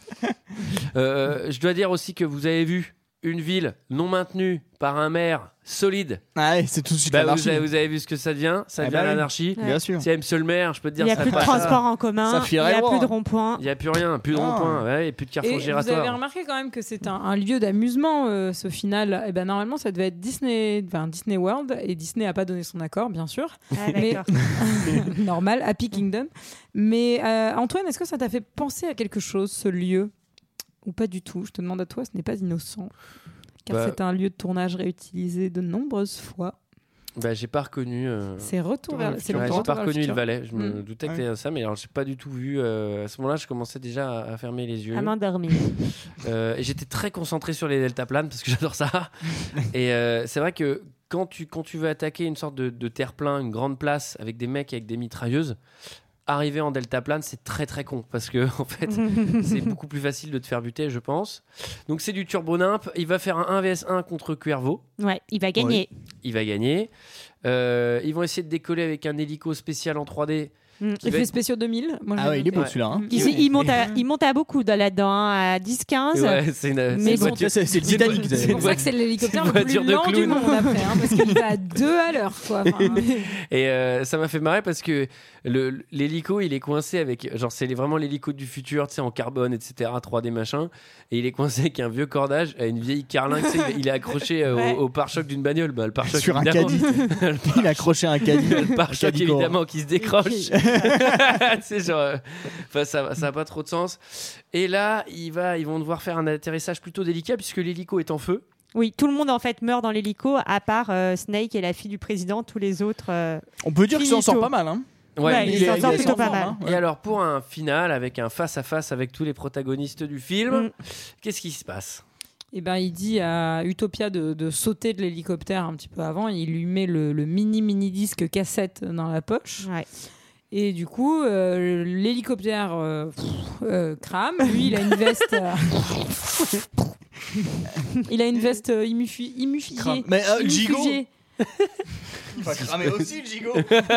Je dois dire aussi que vous avez vu une ville non maintenue par un maire solide. Ah ouais, c'est tout de suite l'anarchie. Vous avez vu ce que ça devient. Ça devient l'anarchie. Bien sûr. Si seul maire, je peux te dire. Il n'y a plus de transport en commun. Il n'y a plus de rond-point. Il n'y a plus rien. Plus de rond-point. Ouais, et plus de carrefour giratoire. Vous avez remarqué quand même que c'est un lieu d'amusement, ce final. Et ben normalement, ça devait être Disney World. Et Disney n'a pas donné son accord, bien sûr. Ah, mais normal, Happy Kingdom. Mais Antoine, est-ce que ça t'a fait penser à quelque chose, ce lieu? Ou pas du tout? Je te demande à toi, ce n'est pas innocent. Car c'est un lieu de tournage réutilisé de nombreuses fois. J'ai pas reconnu. C'est Retour vers le futur. J'ai pas reconnu le Valais. Je me doutais que c'était ça, mais alors j'ai pas du tout vu. À ce moment-là, je commençais déjà à fermer les yeux. À m'endormir. Et j'étais très concentré sur les deltaplanes parce que j'adore ça. Et c'est vrai que quand tu veux attaquer une sorte de terre-plein, une grande place avec des mecs avec des mitrailleuses, arriver en deltaplane, c'est très très con parce que en fait, c'est beaucoup plus facile de te faire buter, je pense. Donc c'est du turbo-nimp. Il va faire un 1vs1 contre Cuervo. Ouais, il va gagner. Il va gagner. Ils vont essayer de décoller avec un hélico spécial en 3D. Effets spéciaux 2000. Moi, il est beau celui-là. Hein. Il monte à beaucoup là-dedans, à 10-15. Ouais, mais bon, c'est le Titanic. C'est pour ça que c'est l'hélicoptère le plus lent du monde après, parce qu'il va à 2 à l'heure. Et ça m'a fait marrer parce que l'hélico, il est coincé avec. Genre, c'est vraiment l'hélico du futur, tu sais, en carbone, etc., 3D machin. Et il est coincé avec un vieux cordage, à une vieille carlingue. Il est accroché au pare-choc d'une bagnole. Le pare-choc, sur un caddie. Il a accroché un caddie. Le pare-choc, évidemment, qui se décroche. C'est genre, ça n'a pas trop de sens. Et là, ils vont devoir faire un atterrissage plutôt délicat puisque l'hélico est en feu. Oui, tout le monde en fait meurt dans l'hélico à part Snake et la fille du président. Tous les autres. On peut dire qu'il s'en sort pas mal. Hein. Ouais, il s'en sort plutôt pas mal. Et alors, pour un final avec un face-à-face avec tous les protagonistes du film, qu'est-ce qui se passe? Eh ben, il dit à Utopia de sauter de l'hélicoptère un petit peu avant. Il lui met le mini disque cassette dans la poche. Ouais. Et du coup, l'hélicoptère crame. Lui, il a une veste. Il a une veste humifiée. Mais Gigot. Il va cramer aussi le gigot.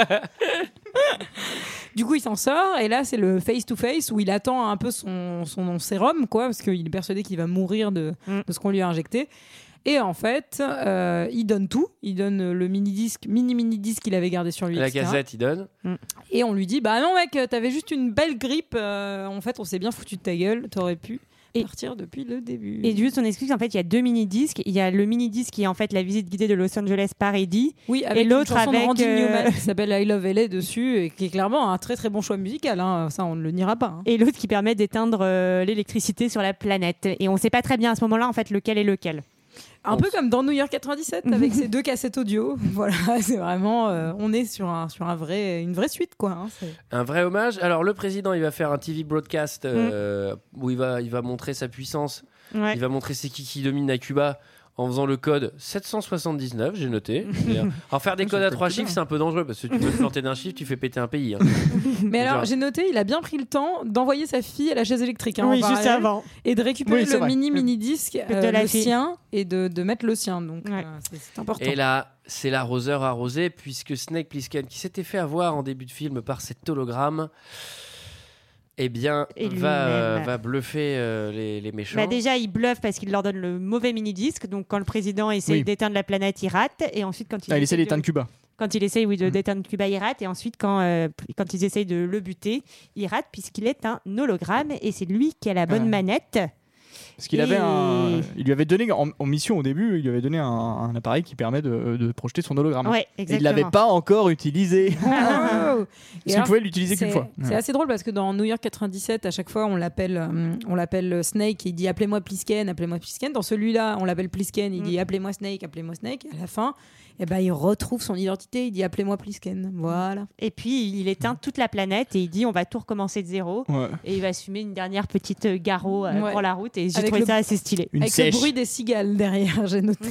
Du coup, il s'en sort et là, c'est le face-to-face où il attend un peu son sérum, quoi, parce qu'il est persuadé qu'il va mourir de ce qu'on lui a injecté. Et en fait, il donne tout. Il donne le mini-disque qu'il avait gardé sur lui. La etc. gazette, il donne. Et on lui dit, bah non mec, t'avais juste une belle grippe. En fait, on s'est bien foutu de ta gueule. T'aurais pu partir depuis le début. Et juste, on explique, en fait, il y a 2 mini-disques. Il y a le mini-disque qui est en fait la visite guidée de Los Angeles par Eddie. Oui, avec et l'autre une chanson avec de Randy Newman qui s'appelle I Love LA dessus et qui est clairement un très très bon choix musical. Hein. Ça, on ne le niera pas. Hein. Et l'autre qui permet d'éteindre l'électricité sur la planète. Et on ne sait pas très bien à ce moment-là, en fait, lequel est lequel. Un peu comme dans New York 97 avec ces 2 cassettes audio. Voilà, c'est vraiment, on est sur une vraie suite, quoi. Hein, un vrai hommage. Alors le président, il va faire un TV broadcast où il va montrer sa puissance. Ouais. Il va montrer c'est qui domine à Cuba en faisant le code 779, j'ai noté. Alors faire des codes à 3 chiffres, c'est un peu dangereux parce que tu peux te planter d'un chiffre, tu fais péter un pays. Hein. Mais alors, j'ai noté, il a bien pris le temps d'envoyer sa fille à la chaise électrique. Hein, oui, juste avant. Et de récupérer le mini-disque, le sien, et de mettre le sien. Donc, c'est important. Et là, c'est l'arroseur arrosé, puisque Snake Plissken, qui s'était fait avoir en début de film par cet hologramme, eh bien, va bluffer les méchants. Bah déjà, il bluffe parce qu'il leur donne le mauvais mini-disque. Donc, quand le président essaye d'éteindre la planète, il rate. Et ensuite, quand il essaie d'éteindre Cuba. Quand il essaye d'éteindre Cuba, il rate. Et ensuite, quand ils essayent de le buter, il rate puisqu'il est un hologramme. Et c'est lui qui a la bonne manette. Parce qu'il il lui avait donné en mission au début, il lui avait donné un appareil qui permet de projeter son hologramme. Ouais, et il l'avait pas encore utilisé. Parce qu'il pouvait l'utiliser qu'une fois. C'est assez drôle parce que dans New York 97, à chaque fois, on l'appelle Snake et il dit appelez-moi Plisken, appelez-moi Plisken. Dans celui-là, on l'appelle Plisken, il dit appelez-moi Snake, appelez-moi Snake. À la fin, il retrouve son identité, il dit appelez-moi Plisken. Voilà. Et puis il éteint toute la planète et il dit on va tout recommencer de zéro. Ouais. Et il va se fumer une dernière petite garrot pour la route. Et j'ai trouvé ça assez stylé. Avec le bruit des cigales derrière, j'ai noté.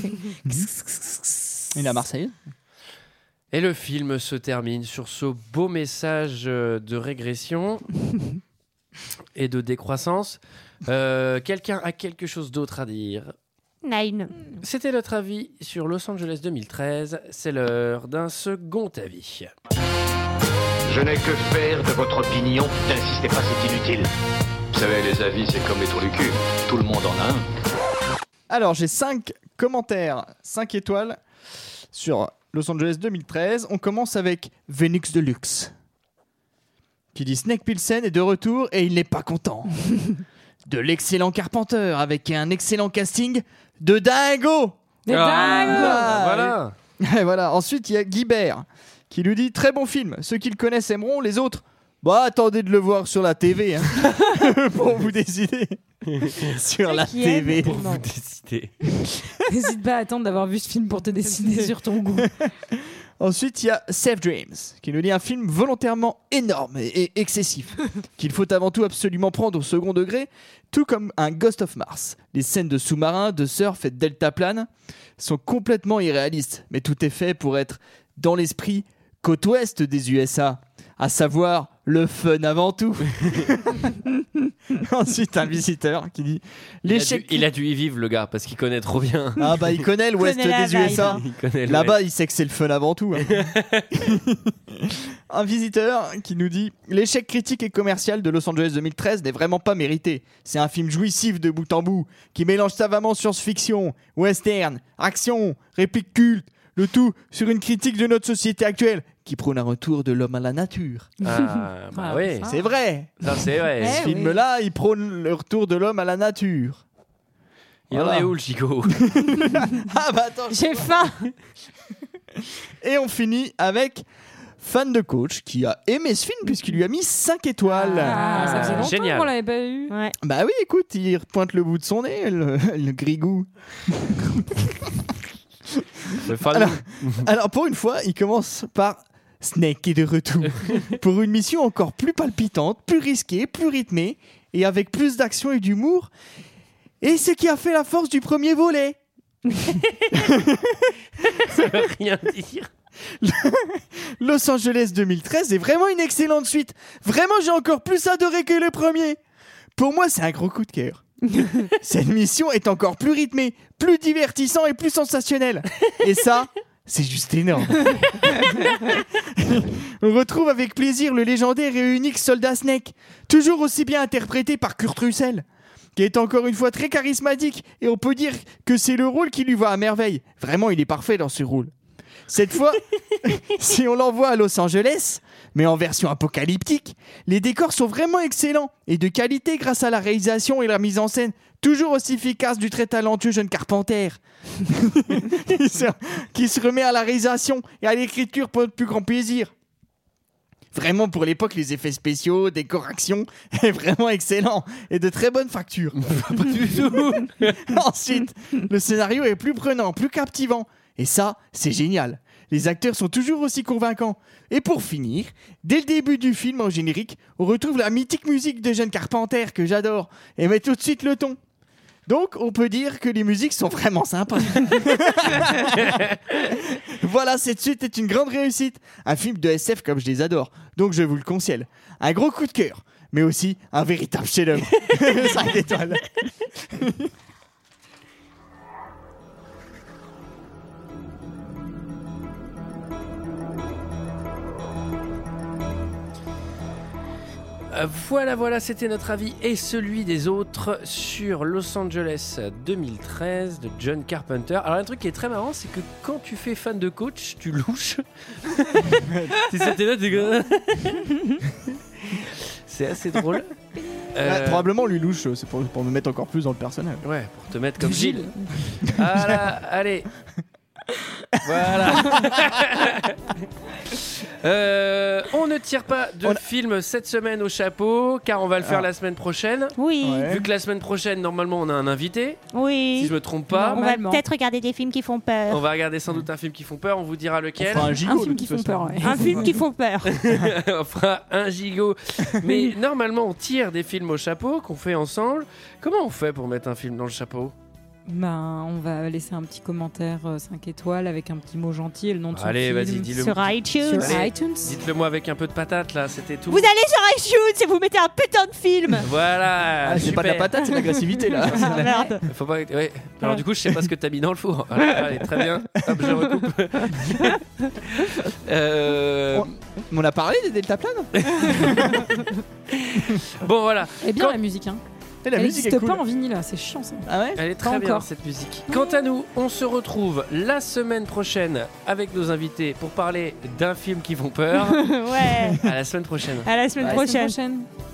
Et la Marseillaise. Et le film se termine sur ce beau message de régression et de décroissance. Quelqu'un a quelque chose d'autre à dire? Nine. C'était notre avis sur Los Angeles 2013. C'est l'heure d'un second avis. Je n'ai que faire de votre opinion. N'insistez pas, c'est inutile. Vous savez, les avis, c'est comme les trous du cul. Tout le monde en a un. Alors, j'ai 5 commentaires, 5 étoiles sur Los Angeles 2013. On commence avec Venix Deluxe, qui dit Snake Plissken est de retour et il n'est pas content. De l'excellent Carpenter avec un excellent casting de dingo. Voilà. Et voilà. Ensuite, il y a Guibert qui lui dit très bon film. Ceux qui le connaissent aimeront, les autres, bah attendez de le voir sur la TV hein, pour vous décider. Sur la TV. Pour vous décider. N'hésite pas à attendre d'avoir vu ce film pour te décider sur ton goût. Ensuite, il y a Safe Dreams, qui nous dit un film volontairement énorme et excessif, qu'il faut avant tout absolument prendre au second degré, tout comme un Ghost of Mars. Les scènes de sous-marins, de surf et de deltaplane sont complètement irréalistes, mais tout est fait pour être dans l'esprit côte ouest des USA, à savoir le fun avant tout. Ensuite, un visiteur qui dit l'échec. Il a dû y vivre, le gars, parce qu'il connaît trop bien. Ah bah il connaît l'ouest des USA. Là-bas, il sait que c'est le fun avant tout. Hein. Un visiteur qui nous dit l'échec critique et commercial de Los Angeles 2013 n'est vraiment pas mérité. C'est un film jouissif de bout en bout, qui mélange savamment science-fiction, western, action, réplique culte, le tout sur une critique de notre société actuelle qui prône un retour de l'homme à la nature. Ah, bah oui. C'est vrai. Ça, c'est vrai. Ce film-là, il prône le retour de l'homme à la nature. Il en est où, le Chico? Ah bah attends. J'ai faim. Et on finit avec Fan de Coach qui a aimé ce film puisqu'il lui a mis 5 étoiles. Ça faisait longtemps génial. qu'on l'avait pas eu. Ouais. Bah oui, écoute, il pointe le bout de son nez, le grigou. Alors pour une fois, il commence par Snake est de retour pour une mission encore plus palpitante, plus risquée, plus rythmée et avec plus d'action et d'humour. Et ce qui a fait la force du premier volet. Ça veut rien dire. Los Angeles 2013 est vraiment une excellente suite. Vraiment, j'ai encore plus adoré que le premier. Pour moi, c'est un gros coup de cœur. Cette mission est encore plus rythmée, plus divertissant et plus sensationnelle. Et ça, c'est juste énorme. On retrouve avec plaisir le légendaire et unique soldat Snake, toujours aussi bien interprété par Kurt Russell, qui est encore une fois très charismatique et on peut dire que c'est le rôle qui lui va à merveille. Vraiment, il est parfait dans ce rôle. Cette fois, si on l'envoie à Los Angeles, mais en version apocalyptique, les décors sont vraiment excellents et de qualité grâce à la réalisation et la mise en scène toujours aussi efficace du très talentueux jeune Carpenter qui se remet à la réalisation et à l'écriture pour notre plus grand plaisir. Vraiment, pour l'époque, les effets spéciaux, décor action, est vraiment excellent et de très bonne facture. Pas du tout. Ensuite, le scénario est plus prenant, plus captivant. Et ça, c'est génial. Les acteurs sont toujours aussi convaincants. Et pour finir, dès le début du film, en générique, on retrouve la mythique musique de John Carpenter que j'adore et met tout de suite le ton. Donc, on peut dire que les musiques sont vraiment sympas. Voilà, cette suite est une grande réussite. Un film de SF comme je les adore. Donc, je vous le conseille. Un gros coup de cœur, mais aussi un véritable chef-d'œuvre. 5 étoiles. Voilà, c'était notre avis et celui des autres sur Los Angeles 2013 de John Carpenter. Alors un truc qui est très marrant, c'est que quand tu fais Fan de Coach, tu louches. C'est assez drôle. Probablement lui louche, c'est pour me mettre encore plus dans le personnage. Ouais, pour te mettre comme Gilles. Voilà, allez. Voilà. On ne tire pas de film cette semaine au chapeau car on va le faire la semaine prochaine. Oui. Ouais. Vu que la semaine prochaine normalement on a un invité. Oui. Si je me trompe pas. On va peut-être regarder des films qui font peur. On va regarder sans doute un film qui font peur. On vous dira lequel. On fera un gigot. Un film qui font peur. Ouais. Un film qui font peur. On fera un gigot. Mais normalement on tire des films au chapeau qu'on fait ensemble. Comment on fait pour mettre un film dans le chapeau ? On va laisser un petit commentaire 5 étoiles avec un petit mot gentil et le nom de son Allez, film. vas-y, dis-le. Sur iTunes. Sur iTunes. Dites-le moi avec un peu de patate là, c'était tout. Vous allez sur iTunes et vous mettez un putain de film. Voilà. C'est pas de la patate, c'est de l'agressivité là. Ah, merde. Faut pas. Ouais. Alors du coup, je sais pas ce que t'as mis dans le four. Voilà, allez, très bien. Hop, je recoupe. On a parlé des deltaplanes. Bon voilà. Et bien la musique, hein. Et la Elle musique n'existe est cool. pas en vinyle, c'est chiant ça. Ah ouais. Elle est Pas très bien encore. cette musique. Quant à nous, on se retrouve la semaine prochaine avec nos invités pour parler d'un film qui font peur. Ouais. À la semaine prochaine. À la semaine À la semaine prochaine. prochaine.